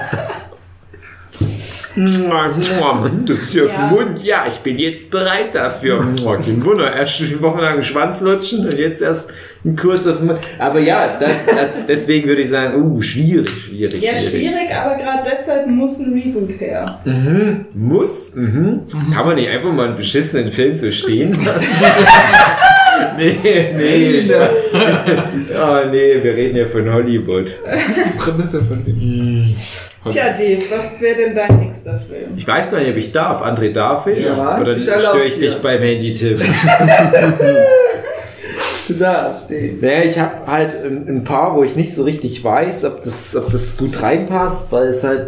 Das ist ja auf dem Mund. Ja, ich bin jetzt bereit dafür. Kein Wunder. Erst eine Woche lang Schwanz lutschen und jetzt erst einen Kurs auf dem Mund. Aber ja, deswegen würde ich sagen, schwierig. Ja, schwierig, aber gerade deshalb muss ein Reboot her. Muss? Kann man nicht einfach mal einen beschissenen Film so stehen lassen? Nee. Wir reden ja von Hollywood. Die Prämisse von dem. Tja, Dave, was wäre denn dein nächster Film? Ich weiß gar nicht, ob ich darf. André, darf ich? Ja, oder störe ich dich beim Handy-Tipp? Du darfst, Dave. Naja, ich habe halt ein paar, wo ich nicht so richtig weiß, ob das gut reinpasst, weil es halt,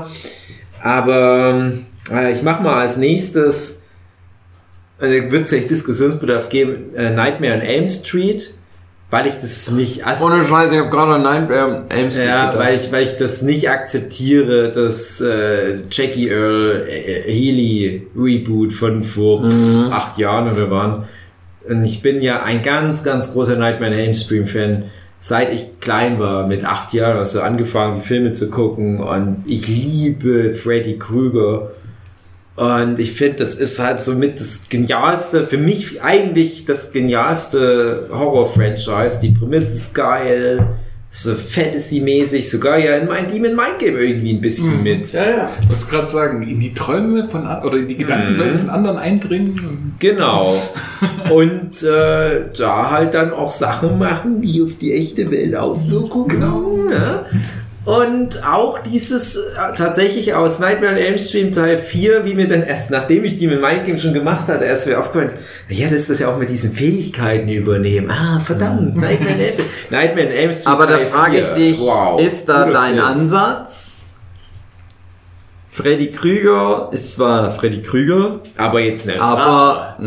aber ich mache mal als nächstes, wird es echt Diskussionsbedarf geben, Nightmare on Elm Street. Weil ich das nicht... Ohne Scheiß, ich habe gerade an Elm Street gedacht. weil ich das nicht akzeptiere, das Jackie Earl Healy Reboot von vor 8 Jahren oder wann. Und ich bin ja ein ganz, ganz großer Nightmare on Elm Street Fan. Seit ich klein war, mit 8 Jahren, also angefangen, die Filme zu gucken. Und ich liebe Freddy Krueger. Und ich finde, das ist halt somit das genialste, für mich eigentlich das genialste Horror-Franchise. Die Prämisse ist geil, so Fantasy-mäßig, sogar ja in mein Demon Mind Game irgendwie ein bisschen mit. Ja. Ich muss gerade sagen, in die Träume oder in die Gedankenwelt von anderen eindringen. Genau. Und da halt dann auch Sachen machen, die auf die echte Welt Auswirkungen haben. Ja? Und auch dieses tatsächlich aus Nightmare on Elm Street Teil 4, wie mir dann erst, nachdem ich die mit Mind Game schon gemacht hatte, erst wieder aufgefallen ist, ja, das ist das ja auch mit diesen Fähigkeiten übernehmen. Ah, verdammt, Nightmare on Elm Street. Nightmare on Elm Street Aber da Teil frage ich 4. dich, Wow. ist da Guter dein Film. Ansatz? Freddy Krüger ist zwar Freddy Krüger, Aber jetzt nicht. aber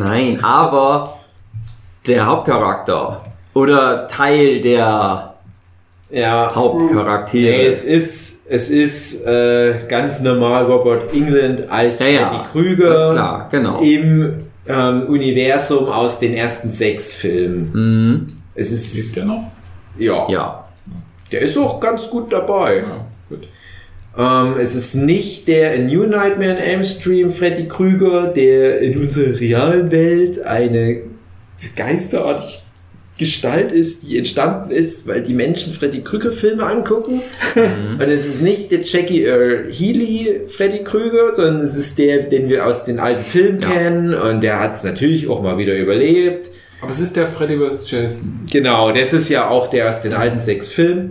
der Hauptcharakter oder Teil der Ja. Hauptcharaktere. Nee, es ist ganz normal Robert England als Freddy Krüger. Das ist klar, genau. Im Universum aus den ersten 6 Filmen. Mhm. Es Lebt ist, der noch? Ja. der ist auch ganz gut dabei. Ja, gut. Es ist nicht der in New Nightmare on Elm Street Freddy Krüger, der in unserer realen Welt eine geisterartige Gestalt ist, die entstanden ist, weil die Menschen Freddy Krüger Filme angucken. Und es ist nicht der Jackie Earl Healy Freddy Krüger, sondern es ist der, den wir aus den alten Filmen kennen, und der hat es natürlich auch mal wieder überlebt. Aber es ist der Freddy vs. Jason. Genau, das ist ja auch der aus den alten 6 Filmen.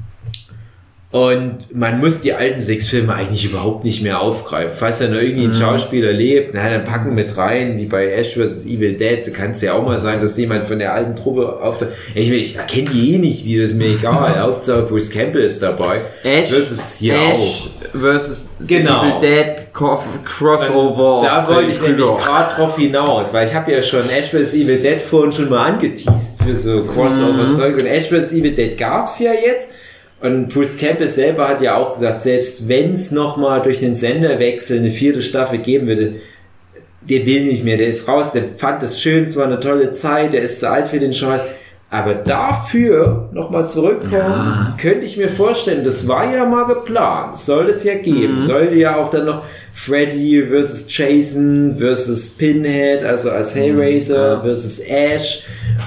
Und man muss die alten 6 Filme eigentlich überhaupt nicht mehr aufgreifen. Falls da noch irgendwie ein Schauspieler lebt, na, dann packen mit rein, wie bei Ash vs. Evil Dead. Da kann es ja auch mal sein, dass jemand von der alten Truppe auftaucht. Ich erkenne die eh nicht wieder, ist mir egal. Hauptsache Bruce Campbell ist dabei. Ash versus hier Ash versus Genau. Evil Dead Crossover. Da wollte ich Freddy nämlich Krüger. gerade drauf hinaus, weil ich habe ja schon Ash vs. Evil Dead vorhin schon mal angeteased für so Crossover-Zeug. Und Ash vs. Evil Dead gab's ja jetzt. Und Bruce Campbell selber hat ja auch gesagt, selbst wenn es nochmal durch den Senderwechsel eine 4. Staffel geben würde, der will nicht mehr, der ist raus, der fand es schön, es war eine tolle Zeit, der ist zu alt für den Scheiß. Aber dafür nochmal zurückkommen, könnte ich mir vorstellen, das war ja mal geplant, soll es ja geben, sollte ja auch dann noch Freddy versus Jason versus Pinhead, also als Hellraiser versus Ash.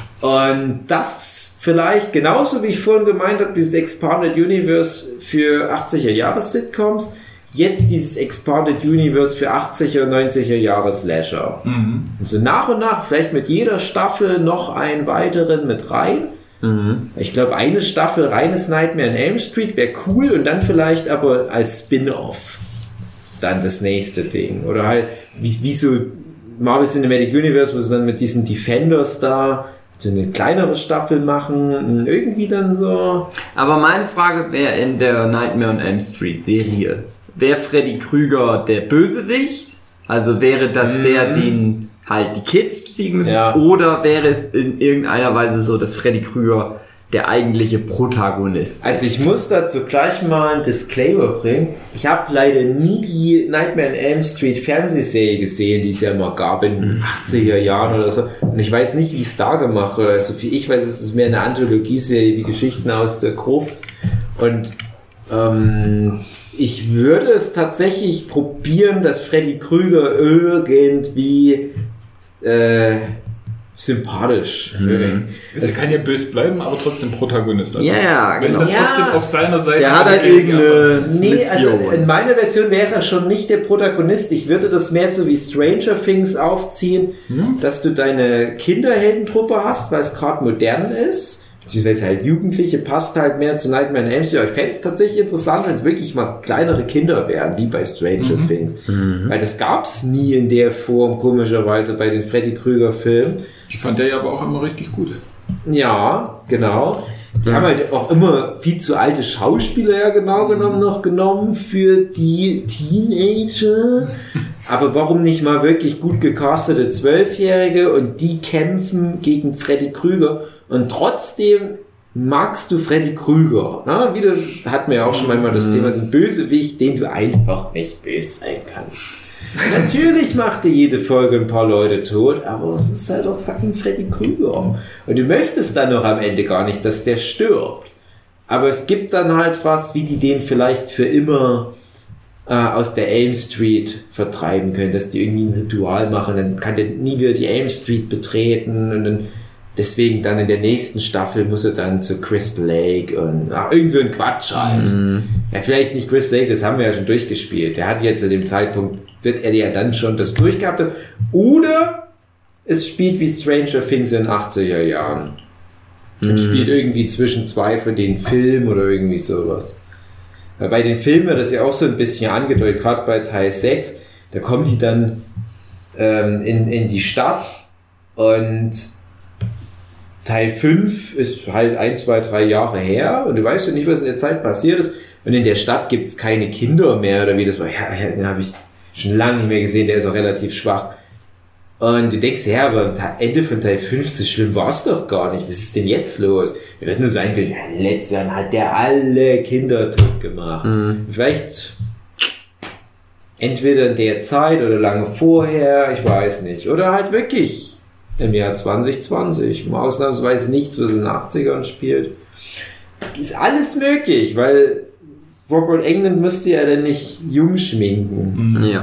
Und das vielleicht, genauso wie ich vorhin gemeint habe, dieses Expanded Universe für 80er-Jahres-Sitcoms, jetzt dieses Expanded Universe für 80er- und 90er-Jahres-Slasher. Also nach und nach, vielleicht mit jeder Staffel noch einen weiteren mit rein. Ich glaube, eine Staffel reines Nightmare on Elm Street wäre cool, und dann vielleicht aber als Spin-Off dann das nächste Ding. Oder halt, wie so Marvel Cinematic Universe, wo sie dann mit diesen Defenders da so eine kleinere Staffel machen, irgendwie dann so. Aber meine Frage wäre in der Nightmare on Elm Street Serie, wäre Freddy Krüger der Bösewicht? Also wäre das der, den halt die Kids besiegen müssen? Ja. Oder wäre es in irgendeiner Weise so, dass Freddy Krüger der eigentliche Protagonist ist? Also ich muss dazu gleich mal einen Disclaimer bringen. Ich habe leider nie die Nightmare on Elm Street Fernsehserie gesehen, die es ja mal gab in den 80er Jahren oder so. Und ich weiß nicht, wie es da gemacht wurde. Also wie ich weiß, es ist mehr eine Anthologieserie wie Geschichten aus der Gruft. Und ich würde es tatsächlich probieren, dass Freddy Krüger irgendwie sympathisch. Er kann ja böse bleiben, aber trotzdem Protagonist. Also, Ja, er ist dann genau. trotzdem Ja. auf seiner Seite. Der hat halt gegen die anderen. irgendeine Nee, also Mission. in meiner Version wäre er schon nicht der Protagonist. Ich würde das mehr so wie Stranger Things aufziehen, dass du deine Kinderheldentruppe hast, weil es gerade modern ist. Beziehungsweise halt Jugendliche, passt halt mehr zu Nightmare on Elm Street. Aber ich fände es tatsächlich interessant, wenn es wirklich mal kleinere Kinder wären, wie bei Stranger Things. Weil das gab es nie in der Form, komischerweise, bei den Freddy Krüger Filmen. Die fand der ja aber auch immer richtig gut. Ja, genau. Die haben halt auch immer viel zu alte Schauspieler ja genau genommen noch genommen für die Teenager. Aber warum nicht mal wirklich gut gecastete 12-Jährige, und die kämpfen gegen Freddy Krüger, und trotzdem magst du Freddy Krüger. Na, wieder hatten wir ja auch schon manchmal das Thema, so ein Bösewicht, den du einfach nicht böse sein kannst. Natürlich macht dir jede Folge ein paar Leute tot, aber es ist halt auch fucking Freddy Krüger. Und du möchtest dann noch am Ende gar nicht, dass der stirbt. Aber es gibt dann halt was, wie die den vielleicht für immer aus der Elm Street vertreiben können, dass die irgendwie ein Ritual machen, dann kann der nie wieder die Elm Street betreten und dann deswegen dann in der nächsten Staffel muss er dann zu Crystal Lake und irgend so ein Quatsch halt. Ja, vielleicht nicht Crystal Lake, das haben wir ja schon durchgespielt. Der hat jetzt zu dem Zeitpunkt, wird er ja dann schon das durchgehabt haben. Oder es spielt wie Stranger Things in den 80er Jahren. Es spielt irgendwie zwischen zwei von den Filmen oder irgendwie sowas. Weil bei den Filmen wird das ja auch so ein bisschen angedeutet, gerade bei Teil 6, da kommen die dann in die Stadt und Teil 5 ist halt 1, 2, 3 Jahre her und du weißt ja nicht, was in der Zeit passiert ist und in der Stadt gibt es keine Kinder mehr oder wie das war. Ja, den habe ich schon lange nicht mehr gesehen, der ist auch relativ schwach. Und du denkst, ja, aber am Ende von Teil 5 so schlimm war es doch gar nicht. Was ist denn jetzt los? Er wird nur sein können, ja, letztes Jahr hat der alle Kinder tot gemacht. Vielleicht entweder in der Zeit oder lange vorher, ich weiß nicht. Oder halt wirklich im Jahr 2020. Mal ausnahmsweise nichts, was in den 80ern spielt. Ist alles möglich, weil Robert Englund müsste ja dann nicht jung schminken. Ja.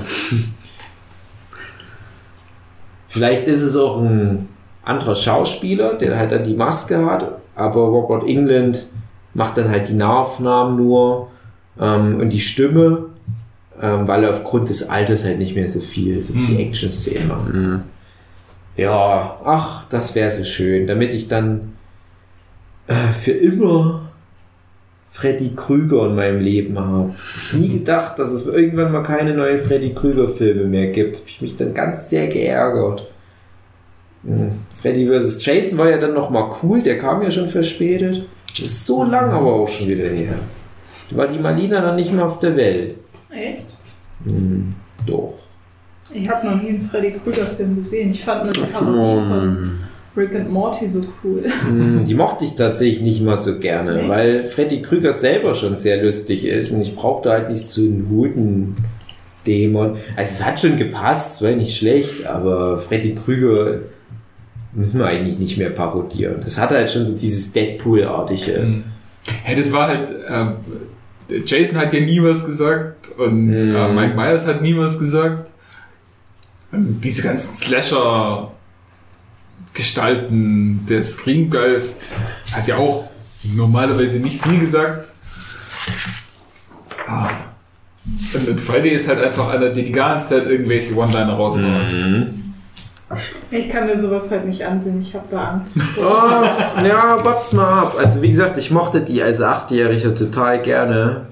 Vielleicht ist es auch ein anderer Schauspieler, der halt dann die Maske hat, aber Robert Englund macht dann halt die Nahaufnahmen nur und die Stimme, weil er aufgrund des Alters halt nicht mehr so viel, so die Action-Szenen macht. Ja, ach, das wäre so schön, damit ich dann für immer Freddy Krüger in meinem Leben habe. Ich habe nie gedacht, dass es irgendwann mal keine neuen Freddy Krüger Filme mehr gibt. Habe ich mich dann ganz sehr geärgert. Freddy vs. Jason war ja dann nochmal cool, der kam ja schon verspätet. Das ist so lang aber auch schon wieder her. Da war die Marlina dann nicht mehr auf der Welt. Echt? Doch. Ich habe noch nie einen Freddy Krüger Film gesehen. Ich fand eine Parodie von Rick and Morty so cool. Die mochte ich tatsächlich nicht mal so gerne, weil Freddy Krüger selber schon sehr lustig ist und ich brauchte halt nicht so einen Hutendämon. Also es hat schon gepasst, es war nicht schlecht, aber Freddy Krüger müssen wir eigentlich nicht mehr parodieren. Das hatte halt schon so dieses Deadpool-artige. Hey, das war halt, Jason hat ja nie was gesagt und Mike Myers hat nie was gesagt. Und diese ganzen Slasher-Gestalten, der Screamgeist hat ja auch normalerweise nicht viel gesagt. Und Freddy ist halt einfach einer, der die ganze Zeit irgendwelche One-Liner rausmacht. Ich kann mir sowas halt nicht ansehen, ich habe da Angst. Ja, what's mal ab. Also wie gesagt, ich mochte die als 8-Jähriger total gerne.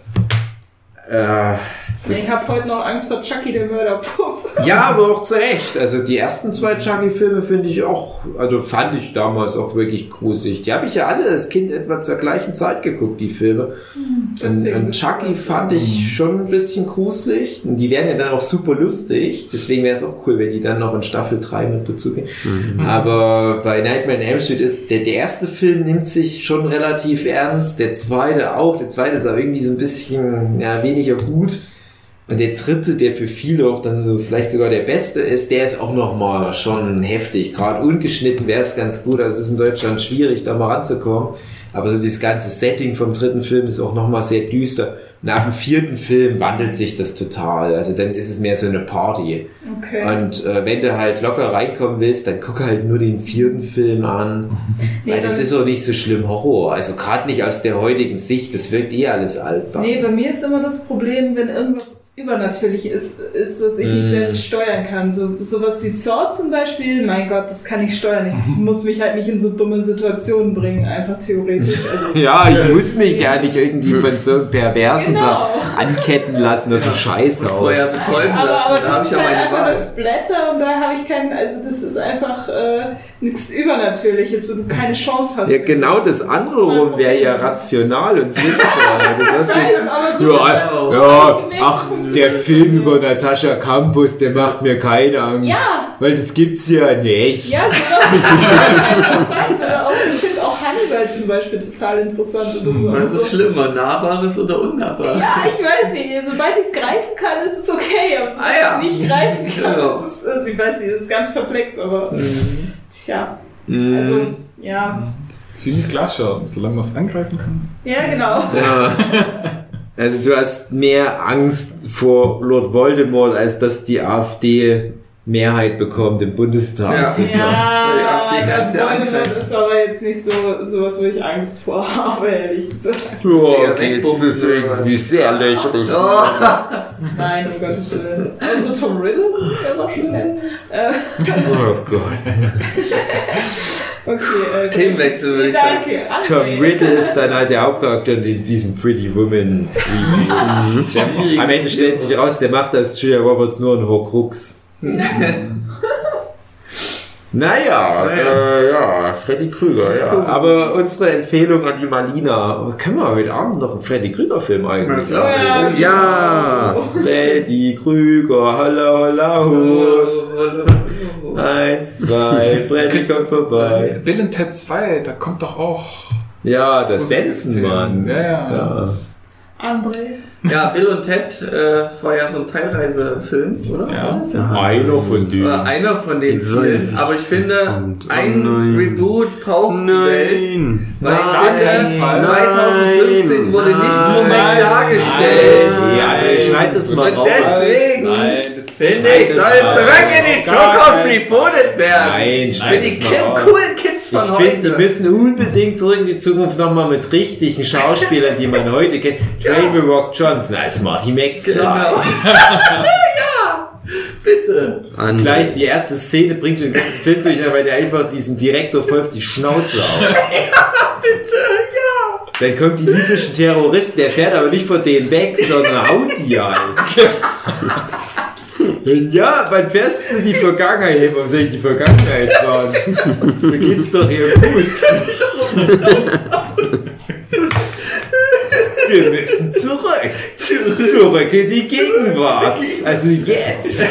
Ich habe heute noch Angst vor Chucky, der Mörderpuppe. Ja, aber auch zu Recht. Also die ersten 2 Chucky-Filme finde ich auch, also fand ich damals auch wirklich gruselig. Die habe ich ja alle als Kind etwa zur gleichen Zeit geguckt, die Filme. Und Chucky fand ich schon ein bisschen gruselig. Und die wären ja dann auch super lustig. Deswegen wäre es auch cool, wenn die dann noch in Staffel 3 mit dazugehen. Aber bei Nightmare on Elm Street ist, der erste Film nimmt sich schon relativ ernst. Der zweite auch. Der zweite ist auch irgendwie so ein bisschen, ja, weniger gut. Und der dritte, der für viele auch dann so vielleicht sogar der beste ist, der ist auch nochmal schon heftig. Gerade ungeschnitten wäre es ganz gut. Also es ist in Deutschland schwierig, da mal ranzukommen. Aber so dieses ganze Setting vom dritten Film ist auch nochmal sehr düster. Nach dem 4. Film wandelt sich das total. Also dann ist es mehr so eine Party. Okay. Und wenn du halt locker reinkommen willst, dann guck halt nur den 4. Film an. Weil das ist auch nicht so schlimm Horror. Also gerade nicht aus der heutigen Sicht. Das wirkt alles altbar. Nee, bei mir ist immer das Problem, wenn irgendwas übernatürlich ist, dass ich nicht selbst steuern kann. Sowas wie Saw zum Beispiel, mein Gott, das kann ich steuern. Ich muss mich halt nicht in so dumme Situationen bringen, einfach theoretisch. Also, ja, ich muss mich ja nicht irgendwie von so einem Perversen da anketten lassen oder so Scheiße aus. Vorher betäuben lassen, aber da habe das ich ist ja halt meine einfach Wahl. das Blätter und da habe ich keinen, also das ist einfach nichts Übernatürliches, wo du keine Chance hast. Ja, genau das andere rum wäre ja rational und sinnvoll. Das hast Weiß, jetzt, aber so ach, der Film über Natascha Campus, der macht mir keine Angst. Ja. Weil das gibt's ja nicht. Ja, sowas interessant. Ich finde auch Hannibal zum Beispiel total interessant oder so. Was ist schlimmer, Nahbares oder Unnahbares? Ja, ich weiß nicht. Sobald ich es greifen kann, ist es okay. Aber sobald ich es nicht greifen kann, ist es, also ich weiß nicht, das ist ganz perplex, aber tja. Also, ja. Das ist wie mit Glascher, solange man es angreifen kann. Ja, genau. Ja. Also du hast mehr Angst vor Lord Voldemort, als dass die AfD Mehrheit bekommt im Bundestag. Ja. sozusagen. Die AfD kann's ja Voldemort angreifen. ist aber jetzt nicht sowas, wo ich Angst vor habe, ehrlich gesagt. Ja, okay, das wegbumsen ist irgendwie sehr lächerlich. Nein, um Gottes Willen. Also Tom Riddle, der war schon nett. Oh Gott. Okay, Themenwechsel, würde ich sagen. Danke. Tom André. Riddle ist dann halt der Hauptcharakter in diesem Pretty Woman. Am Ende stellt sich raus, der macht aus Julia Roberts nur einen Horcrux. Naja, ja, Freddy Krüger, ja. Aber unsere Empfehlung an die Malina, können wir heute Abend noch einen Freddy Krüger-Film eigentlich? Ja. Ja, Freddy Krüger, holla, holla, ho. 1, 2, Freddy kommt vorbei. Bill und Ted 2, da kommt doch auch... Ja, der Sensenmann. Ja. André. Ja, Bill und Ted war ja so ein Zeitreisefilm, oder? Ja. Einer von denen. Einer von den Ich weiß vielen. nicht, Aber ich finde, was kommt. Oh ein nein. Reboot braucht die Welt. Nein! Weil ich keinen finde, Fall. 2015 wurde nicht korrekt Nein. dargestellt. Ja, schneid das mal Und raus. deswegen Nein, das finde ich, soll zurück in die Zukunft rebootet werden. Nein, Für schneid die das mal raus. coolen Kids von Ich finde, die heute. müssen unbedingt zurück in die Zukunft nochmal mit richtigen Schauspielern, die man heute kennt. Dwayne The Rock Johnson als Marty McFly. Genau. Ja, bitte. Gleich die erste Szene bringt schon den ganzen Film durch, weil der einfach diesem Direktor voll auf die Schnauze haut. Bitte, ja. Dann kommt die libyschen Terroristen, der fährt aber nicht von denen weg, sondern haut die halt. Ja, wann fährst du in die Vergangenheit? Hey, warum soll ich die Vergangenheit fahren? Da geht's doch hier gut. Wir müssen zurück. Zurück in die Gegenwart. Also jetzt.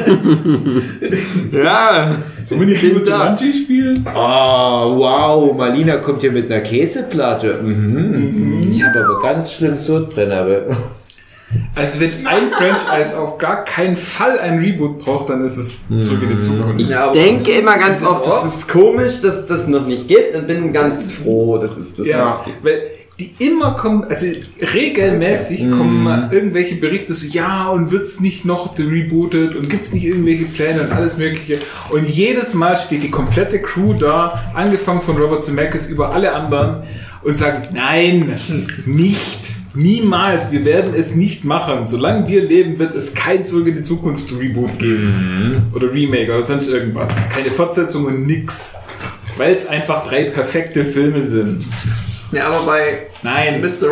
Ja. Sollen wir nicht mit Jumanji spielen? Oh, wow. Malina kommt hier mit einer Käseplatte. Mhm. Ich habe aber ganz schlimm Sodbrenner. Also wenn ein Franchise auf gar keinen Fall ein Reboot braucht, dann ist es Zurück in die Zukunft. Ich Ja, aber- denke immer ganz oft, auch- es ist komisch, dass es das noch nicht gibt und bin ganz froh, dass es das Ja, noch gibt. weil die immer kommen, also regelmäßig kommen irgendwelche Berichte so, ja, und wird's nicht noch rebootet und gibt's nicht irgendwelche Pläne und alles mögliche. Und jedes Mal steht die komplette Crew da, angefangen von Robert Zemeckis über alle anderen und sagen, nein, nicht. Niemals, wir werden es nicht machen. Solange wir leben, wird es kein Zurück in die Zukunft Reboot geben. Oder Remake oder sonst irgendwas. Keine Fortsetzung und nix. Weil es einfach 3 perfekte Filme sind. Ja, aber bei Nein. Mr.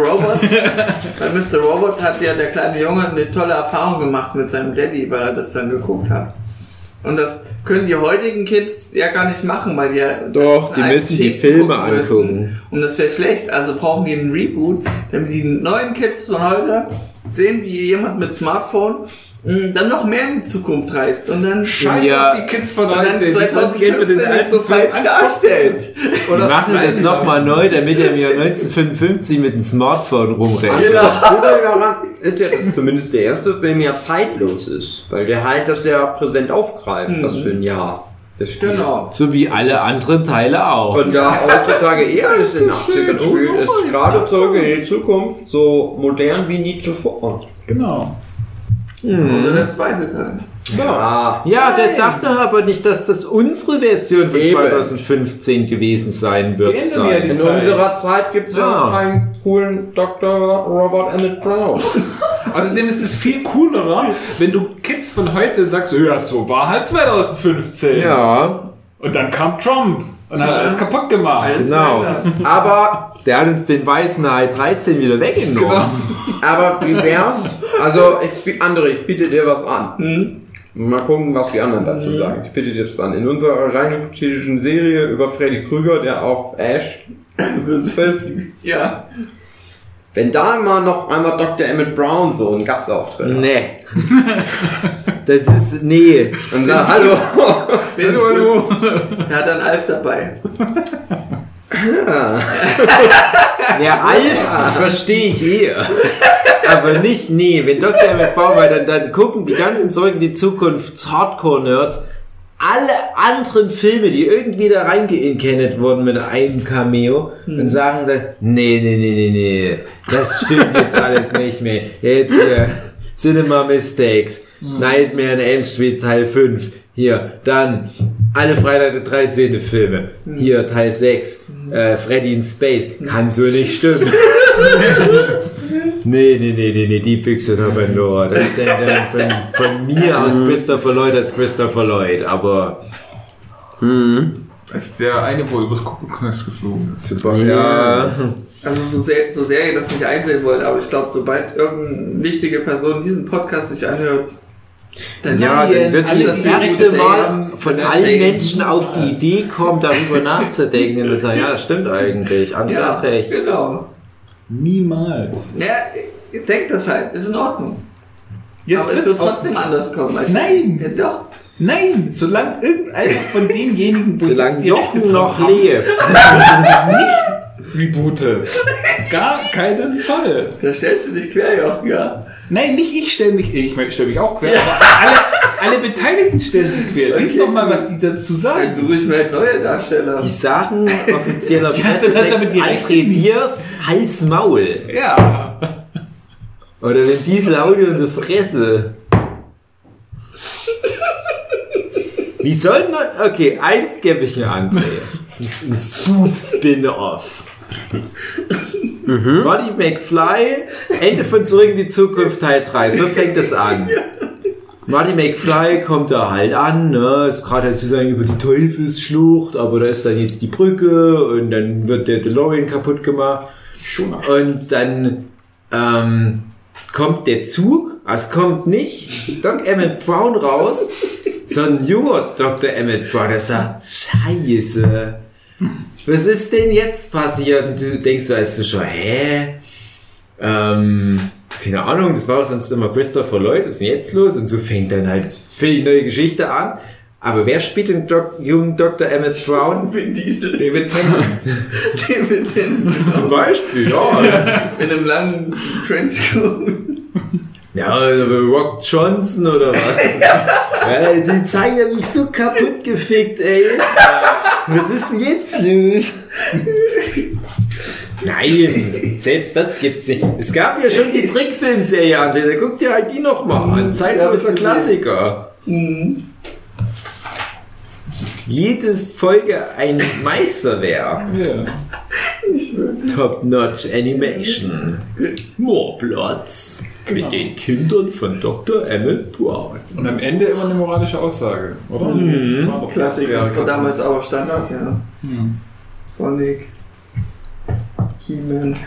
Robot hat ja der kleine Junge eine tolle Erfahrung gemacht mit seinem Daddy, weil er das dann geguckt hat. Und das können die heutigen Kids ja gar nicht machen, weil die ja Doch, die einen müssen die Tape Filme gucken müssen. angucken. Und das wäre schlecht, also brauchen die einen Reboot, damit die neuen Kids von heute sehen, wie jemand mit Smartphone dann noch mehr in die Zukunft reist und dann Scheiß Ja. auf die Kids von und dann heute. Die 2015 nicht alten so Film falsch angucken. darstellt. Die machen das nochmal neu, damit er im Jahr 1955 mit dem Smartphone rumrennt. Das Gute daran ist ja, dass zumindest der erste Film ja zeitlos ist, weil der halt das ja präsent aufgreift, was für ein Jahr das Spiel. Genau. So wie alle anderen Teile auch. Und da heutzutage eher alles in den 80ern spielt, ist gerade Zurück in die Zukunft so modern wie nie zuvor. Genau. Also der zweite Teil. Ja, Ja, der sagt doch aber nicht, dass das unsere Version von Eben. 2015 gewesen sein wird. Die ändern ja die in Zeit. unserer Zeit gibt es ja Ah. keinen coolen Dr. Robert Emmett Brown. Außerdem ist es viel cooler, wenn du Kids von heute sagst, ja, so war halt 2015. Ja, Und dann kam Trump und hat alles kaputt gemacht. genau. Aber Der hat uns den weißen H13 wieder weggenommen. Genau. Aber wie wär's? Also, ich biete dir was an. Mal gucken, was die anderen dazu sagen. Ich biete dir das an. In unserer rein hypothetischen Serie über Freddy Krüger, der auf Ash Ja. wenn da mal noch einmal Dr. Emmett Brown so einen Gastauftritt hat. Nee. Das ist, nee. Und sagt, hallo. Bin ich gut. Der hat dann Alf dabei. Ja, Alf verstehe ich eher. Aber nicht, nee. Wenn Dr. Emmett Brown, weil dann gucken die ganzen Zeugen die Zukunft Hardcore-Nerds. alle anderen Filme, die irgendwie da reingeincarniert wurden mit einem Cameo und sagen dann, nee, das stimmt jetzt alles nicht mehr. Jetzt hier, Cinema Mistakes, Nightmare on Elm Street Teil 5, hier, dann alle Freitag der 13. Filme, hier Teil 6, Freddy in Space, kann so nicht stimmen. Nee, die Büchse der Pandora. Von mir aus Christopher Lloyd als Christopher Lloyd, aber. Das ist der eine, wo übers Kuckucksnest geflogen ist. Super, ja. Also so sehr ihr das nicht einsehen wollt, aber ich glaube, sobald irgendeine wichtige Person diesen Podcast sich anhört, dann wird das erste Mal von das allen Leben. Menschen auf die Idee kommen, darüber nachzudenken und sagen, ja, das stimmt eigentlich, André hat recht. Genau. Niemals. Ja, ihr denkt das halt, ist in Ordnung. Jetzt aber es wird trotzdem anders kommen. Nein! Ja, doch. Nein! Solange irgendeiner von denjenigen, wo Solange jetzt die Rechte Jochen dran noch haben, lebt. nicht reboote. Gar keinen Fall. Da stellst du dich quer, Jochen, ja. Nein, nicht ich stelle mich auch quer, aber alle Beteiligten stellen sich quer. Lies doch mal, was die dazu Dann sagen. suche ich mir halt neue Darsteller. Die sagen offizieller dann hast du Pressetext aber die Rechte André Diers Hals Maul. Ja. Oder den Dieselaudio in der Fresse. Wie soll man... Okay, eins gebe ich mir André. Ein Spoof-Spin-Off. Roddy McFly, Ende von Zurück in die Zukunft Teil 3. So fängt es an. Marty McFly kommt da halt an, ne, ist gerade halt sozusagen über die Teufelsschlucht, aber da ist dann jetzt die Brücke und dann wird der DeLorean kaputt gemacht. Und dann kommt der Zug, es kommt nicht Doc Emmett Brown raus, sondern junger Dr. Emmett Brown, der sagt, Scheiße, was ist denn jetzt passiert? Und du denkst so als Zuschauer, keine Ahnung, das war auch sonst immer Christopher Lloyd, was ist denn jetzt los? Und so fängt dann halt völlig neue Geschichte an. Aber wer spielt den jungen Dr. Emmett Brown? Vin Diesel. David Tennant. David Tennant. Zum Beispiel, ja. Mit einem langen Trenchcoat. Ja, also Rock Johnson oder was? Ja, die Zeit hat mich so kaputt gefickt, ey. Was ist denn jetzt los? Nein, selbst das gibt's nicht. Es gab ja schon die Trickfilmserie an, da guckt ihr halt die nochmal an. Zeitloser Klassiker. Jede Folge ein Meisterwerk. Ja. Top-Notch Animation. Moorplatz. Mit den Kindern von Dr. Emmett Brown. Und am Ende immer eine moralische Aussage, oder? Das war doch Klassiker. Das war damals auch. auch Standard, ja. Sonic. He-Man.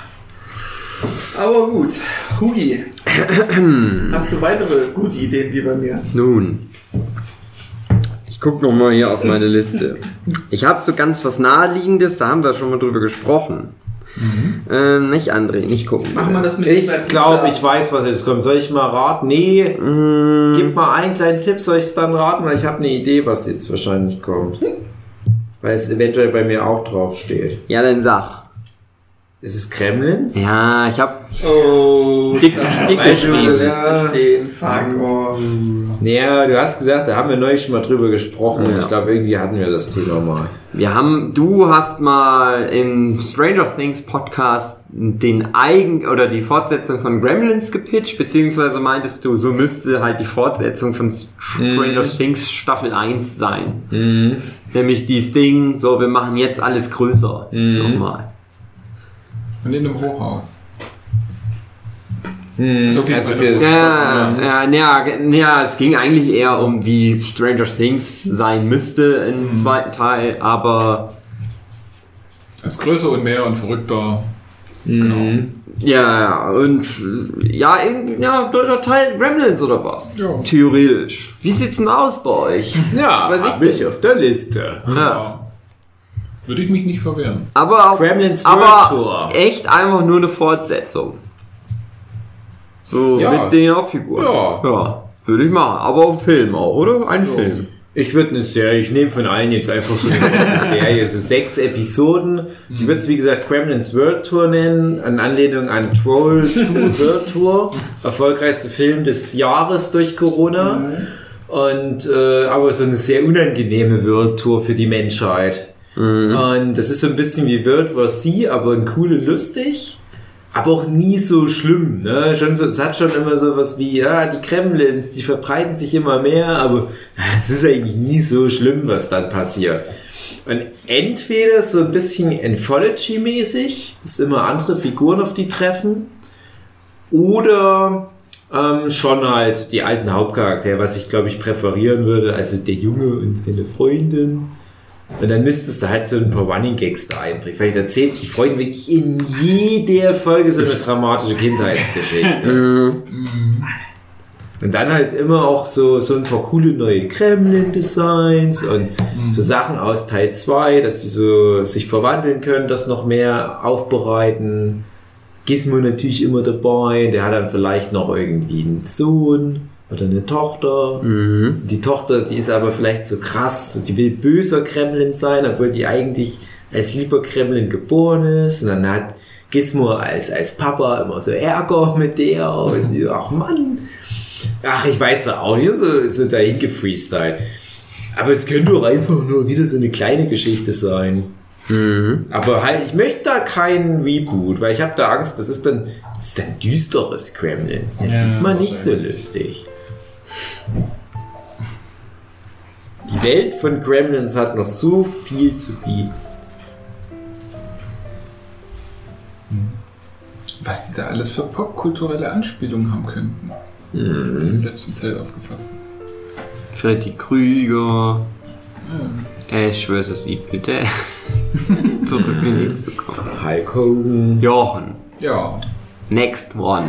Aber gut. Hugi. Hast du weitere gute Ideen wie bei mir? Nun, ich gucke nochmal hier auf meine Liste. Ich habe so ganz was Naheliegendes, da haben wir schon mal drüber gesprochen. Nicht André, nicht gucken. Machen wir das mit Ich glaube, ich weiß, was jetzt kommt. Soll ich mal raten? Nee, gib mal einen kleinen Tipp, soll ich es dann raten? Weil ich habe eine Idee, was jetzt wahrscheinlich kommt. Weil es eventuell bei mir auch drauf steht. Ja, dann sag. Ist es Gremlins? Ja, ich habe Oh, dick geschrieben. Liste stehen. Fuck off. Naja, du hast gesagt, da haben wir neulich schon mal drüber gesprochen. Ja. Und ich glaube, irgendwie hatten wir das Thema mal. Du hast mal im Stranger Things Podcast die Fortsetzung von Gremlins gepitcht, beziehungsweise meintest du, so müsste halt die Fortsetzung von Stranger Things Staffel 1 sein. Nämlich dieses Ding, so, wir machen jetzt alles größer. Nochmal. Und in einem Hochhaus. So viel Ja, es ging eigentlich eher um, wie Stranger Things sein müsste im zweiten Teil, aber Es ist größer und mehr und verrückter. Genau. dritter Teil Gremlins oder was? Ja. Theoretisch. Wie sieht's denn aus bei euch? Ja, weiß ich hab ich auf der Liste. Ja. Ja. Würde ich mich nicht verwehren. Aber auch, Gremlins World Tour. echt einfach nur eine Fortsetzung. So, Ja. mit den Hauptfiguren. Ja, würde ich machen. Aber auf Film auch, oder? Ein Film. Ich würde eine Serie, ich nehme von allen jetzt einfach so eine große Serie, so 6 Episoden. Ich würde es wie gesagt Gremlins World Tour nennen, in Anlehnung an Troll 2 World Tour. Erfolgreichster Film des Jahres durch Corona. Und aber so eine sehr unangenehme World Tour für die Menschheit. Und das ist so ein bisschen wie World War C, aber in cool und lustig. Aber auch nie so schlimm, ne? Schon so, es hat schon immer so was wie, ja, die Kremlins, die verbreiten sich immer mehr, aber es ist eigentlich nie so schlimm, was dann passiert. Und entweder so ein bisschen Anthology-mäßig, dass immer andere Figuren auf die treffen, oder schon halt die alten Hauptcharaktere, was ich glaube ich präferieren würde, also der Junge und seine Freundin. Und dann müsstest du halt so ein paar Running Gags da einbringen. Vielleicht erzählt die Freundin wirklich in jeder Folge so eine dramatische Kindheitsgeschichte. Und dann halt immer auch so ein paar coole neue Kremlin-Designs und so Sachen aus Teil 2, dass die so sich verwandeln können, das noch mehr aufbereiten. Gizmo natürlich immer dabei, der hat dann vielleicht noch irgendwie einen Sohn oder eine Tochter. Die Tochter, die ist aber vielleicht so krass, die will böser Kremlin sein, obwohl die eigentlich als lieber Kremlin geboren ist. Und dann hat Gizmo als Papa immer so Ärger mit der und die, ach Mann. Ach, ich weiß ja auch nicht, so dahin gefreestylt. Aber es könnte doch einfach nur wieder so eine kleine Geschichte sein. Aber halt, ich möchte da keinen Reboot, weil ich habe da Angst, das ist dann düsteres Gremlins. Ja, diesmal nicht so lustig. Die Welt von Gremlins hat noch so viel zu bieten. Was die da alles für popkulturelle Anspielungen haben könnten, die in der letzten Zeit aufgefasst ist. Freddy Krüger, Ash vs. Evil Dead. Zurück in die Zukunft. Hulk Hogan. Jochen. Ja. Next one.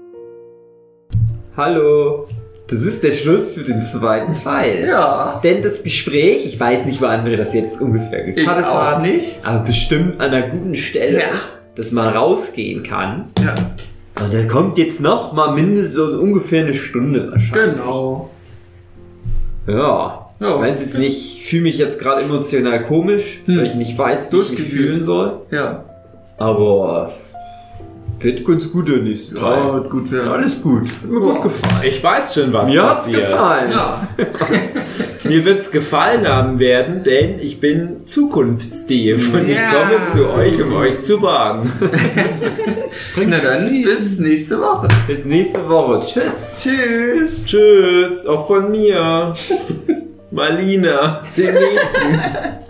Hallo. Das ist der Schluss für den zweiten Teil. Ja. Denn das Gespräch, ich weiß nicht, wo André das jetzt ungefähr Ich gekartet auch hat, nicht. aber bestimmt an einer guten Stelle, Ja. dass man rausgehen kann. Ja. Und da kommt jetzt noch mal mindestens so ungefähr eine Stunde wahrscheinlich. Genau. Ja. Ja. Ich weiß jetzt nicht, ich fühle mich jetzt gerade emotional komisch, weil ich nicht weiß, wie ich mich Durchgefühlt. fühlen soll. Ja. Aber wird ganz gut der nächste Teil. Wird gut werden. Alles gut. Hat mir gut gefallen. Ich weiß schon, was Mir hat's passiert. gefallen. Ja. Mir wird's gefallen haben werden, denn ich bin Zukunftsdieb und ich Ja. komme zu euch, um euch zu wagen. Na dann, bis nächste Woche. Bis nächste Woche. Tschüss. Tschüss. Tschüss, auch von mir. Marlina, dem Mädchen.